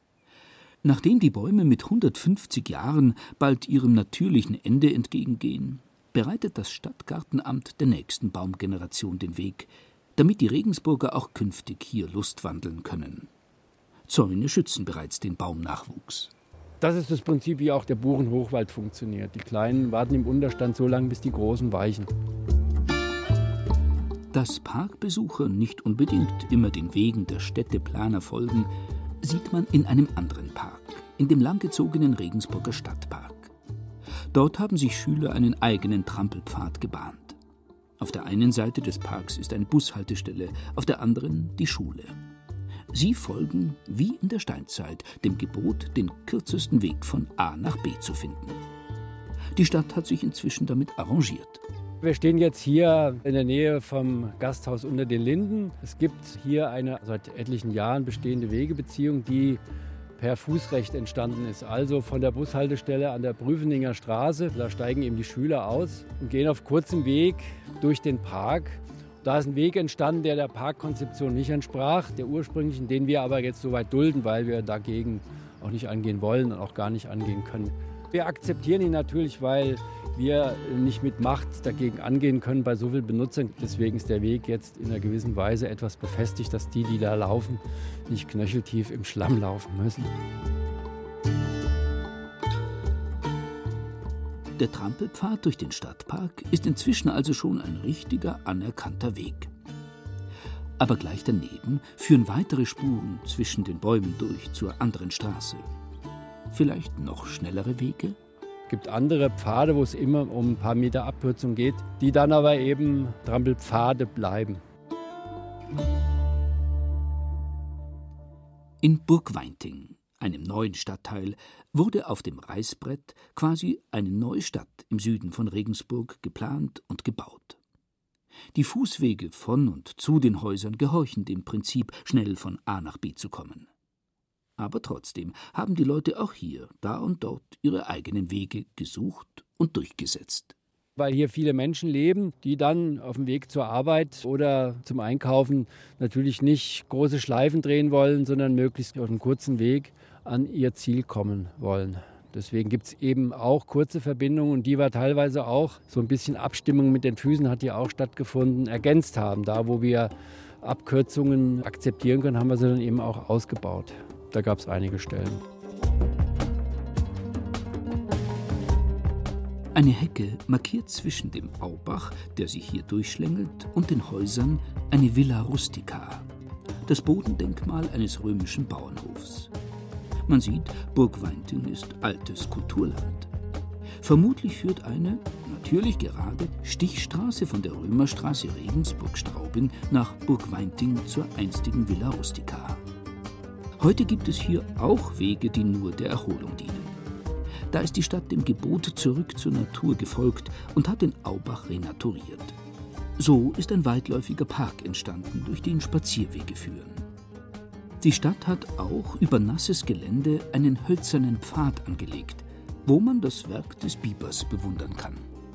Nachdem die Bäume mit hundertfünfzig Jahren bald ihrem natürlichen Ende entgegengehen, bereitet das Stadtgartenamt der nächsten Baumgeneration den Weg, damit die Regensburger auch künftig hier lustwandeln können. Zäune schützen bereits den Baumnachwuchs. Das ist das Prinzip, wie auch der Buchenhochwald funktioniert. Die Kleinen warten im Unterstand so lange, bis die Großen weichen. Dass Parkbesucher nicht unbedingt immer den Wegen der Städteplaner folgen, sieht man in einem anderen Park, in dem langgezogenen Regensburger Stadtpark. Dort haben sich Schüler einen eigenen Trampelpfad gebahnt. Auf der einen Seite des Parks ist eine Bushaltestelle, auf der anderen die Schule. Sie folgen, wie in der Steinzeit, dem Gebot, den kürzesten Weg von A nach B zu finden. Die Stadt hat sich inzwischen damit arrangiert. Wir stehen jetzt hier in der Nähe vom Gasthaus unter den Linden. Es gibt hier eine seit etlichen Jahren bestehende Wegebeziehung, die per Fußrecht entstanden ist. Also von der Bushaltestelle an der Prüfeninger Straße. Da steigen eben die Schüler aus und gehen auf kurzem Weg durch den Park. Da ist ein Weg entstanden, der der Parkkonzeption nicht entsprach, der ursprünglichen, den wir aber jetzt soweit dulden, weil wir dagegen auch nicht angehen wollen und auch gar nicht angehen können. Wir akzeptieren ihn natürlich, weil wir nicht mit Macht dagegen angehen können bei so vielen Benutzern. Deswegen ist der Weg jetzt in einer gewissen Weise etwas befestigt, dass die, die da laufen, nicht knöcheltief im Schlamm laufen müssen. Der Trampelpfad durch den Stadtpark ist inzwischen also schon ein richtiger, anerkannter Weg. Aber gleich daneben führen weitere Spuren zwischen den Bäumen durch zur anderen Straße. Vielleicht noch schnellere Wege? Es gibt andere Pfade, wo es immer um ein paar Meter Abkürzung geht, die dann aber eben Trampelpfade bleiben. In Burgweinting, einem neuen Stadtteil, wurde auf dem Reißbrett quasi eine neue Stadt im Süden von Regensburg geplant und gebaut. Die Fußwege von und zu den Häusern gehorchen dem Prinzip, schnell von A nach B zu kommen. Aber trotzdem haben die Leute auch hier, da und dort ihre eigenen Wege gesucht und durchgesetzt. Weil hier viele Menschen leben, die dann auf dem Weg zur Arbeit oder zum Einkaufen natürlich nicht große Schleifen drehen wollen, sondern möglichst auf einem kurzen Weg an ihr Ziel kommen wollen. Deswegen gibt es eben auch kurze Verbindungen, und die wir teilweise auch, so ein bisschen Abstimmung mit den Füßen hat hier auch stattgefunden, ergänzt haben. Da, wo wir Abkürzungen akzeptieren können, haben wir sie dann eben auch ausgebaut. Da gab es einige Stellen. Eine Hecke markiert zwischen dem Aubach, der sich hier durchschlängelt, und den Häusern eine Villa Rustica, das Bodendenkmal eines römischen Bauernhofs. Man sieht, Burg Weinting ist altes Kulturland. Vermutlich führt eine, natürlich gerade, Stichstraße von der Römerstraße Regensburg-Straubing nach Burg Weinting zur einstigen Villa Rustica. Heute gibt es hier auch Wege, die nur der Erholung dienen. Da ist die Stadt dem Gebot zurück zur Natur gefolgt und hat den Aubach renaturiert. So ist ein weitläufiger Park entstanden, durch den Spazierwege führen. Die Stadt hat auch über nasses Gelände einen hölzernen Pfad angelegt, wo man das Werk des Bibers bewundern kann.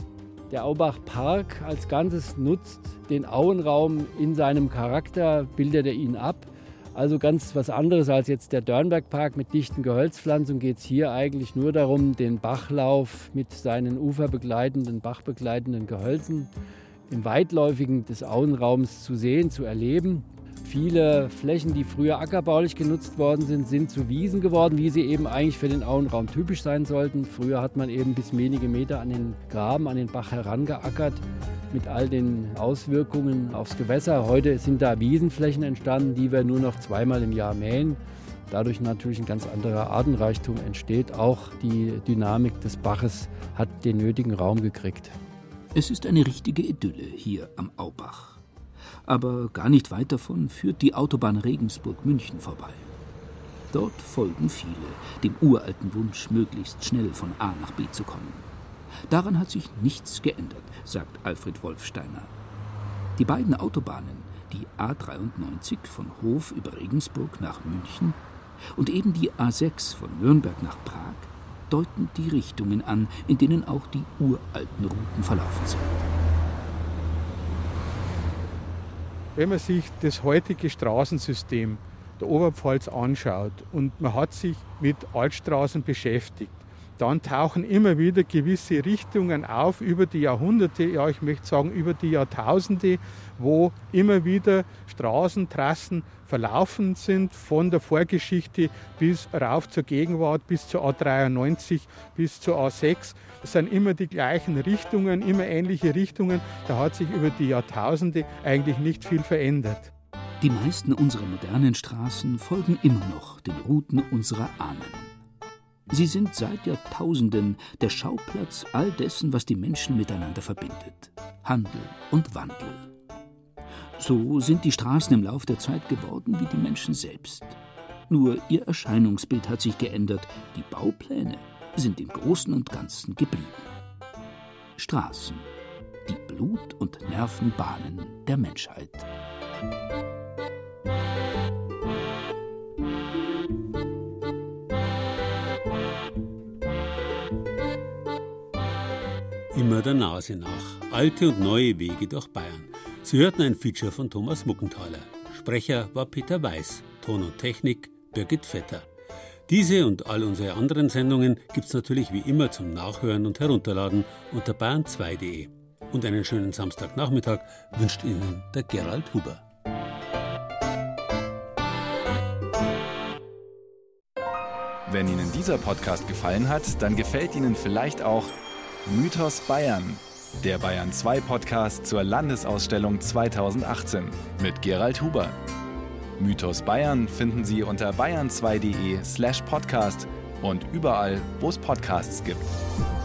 Der Aubach-Park als Ganzes nutzt den Auenraum in seinem Charakter, bildet er ihn ab. Also ganz was anderes als jetzt der Dörnbergpark mit dichten Gehölzpflanzungen, geht es hier eigentlich nur darum, den Bachlauf mit seinen uferbegleitenden, bachbegleitenden Gehölzen im Weitläufigen des Auenraums zu sehen, zu erleben. Viele Flächen, die früher ackerbaulich genutzt worden sind, sind zu Wiesen geworden, wie sie eben eigentlich für den Auenraum typisch sein sollten. Früher hat man eben bis wenige Meter an den Graben, an den Bach herangeackert, mit all den Auswirkungen aufs Gewässer. Heute sind da Wiesenflächen entstanden, die wir nur noch zweimal im Jahr mähen. Dadurch natürlich ein ganz anderer Artenreichtum entsteht. Auch die Dynamik des Baches hat den nötigen Raum gekriegt. Es ist eine richtige Idylle hier am Aubach. Aber gar nicht weit davon führt die Autobahn Regensburg-München vorbei. Dort folgen viele, dem uralten Wunsch, möglichst schnell von A nach B zu kommen. Daran hat sich nichts geändert, sagt Alfred Wolfsteiner. Die beiden Autobahnen, die A dreiundneunzig von Hof über Regensburg nach München und eben die A sechs von Nürnberg nach Prag, deuten die Richtungen an, in denen auch die uralten Routen verlaufen sind. Wenn man sich das heutige Straßensystem der Oberpfalz anschaut und man hat sich mit Altstraßen beschäftigt, dann tauchen immer wieder gewisse Richtungen auf über die Jahrhunderte, ja ich möchte sagen über die Jahrtausende, wo immer wieder Straßentrassen verlaufen sind, von der Vorgeschichte bis rauf zur Gegenwart, bis zur A dreiundneunzig, bis zur A sechs. Es sind immer die gleichen Richtungen, immer ähnliche Richtungen. Da hat sich über die Jahrtausende eigentlich nicht viel verändert. Die meisten unserer modernen Straßen folgen immer noch den Routen unserer Ahnen. Sie sind seit Jahrtausenden der Schauplatz all dessen, was die Menschen miteinander verbindet. Handel und Wandel. So sind die Straßen im Lauf der Zeit geworden wie die Menschen selbst. Nur ihr Erscheinungsbild hat sich geändert, die Baupläne sind im Großen und Ganzen geblieben. Straßen, die Blut- und Nervenbahnen der Menschheit. Immer der Nase nach. Alte und neue Wege durch Bayern. Sie hörten ein Feature von Thomas Muckenthaler. Sprecher war Peter Weiß. Ton und Technik Birgit Vetter. Diese und all unsere anderen Sendungen gibt's natürlich wie immer zum Nachhören und Herunterladen unter bayern zwei punkt de. Und einen schönen Samstagnachmittag wünscht Ihnen der Gerald Huber. Wenn Ihnen dieser Podcast gefallen hat, dann gefällt Ihnen vielleicht auch Mythos Bayern, der Bayern zwei Podcast zur Landesausstellung zweitausendachtzehn mit Gerald Huber. Mythos Bayern finden Sie unter bayern zwei punkt de slash podcast und überall, wo es Podcasts gibt.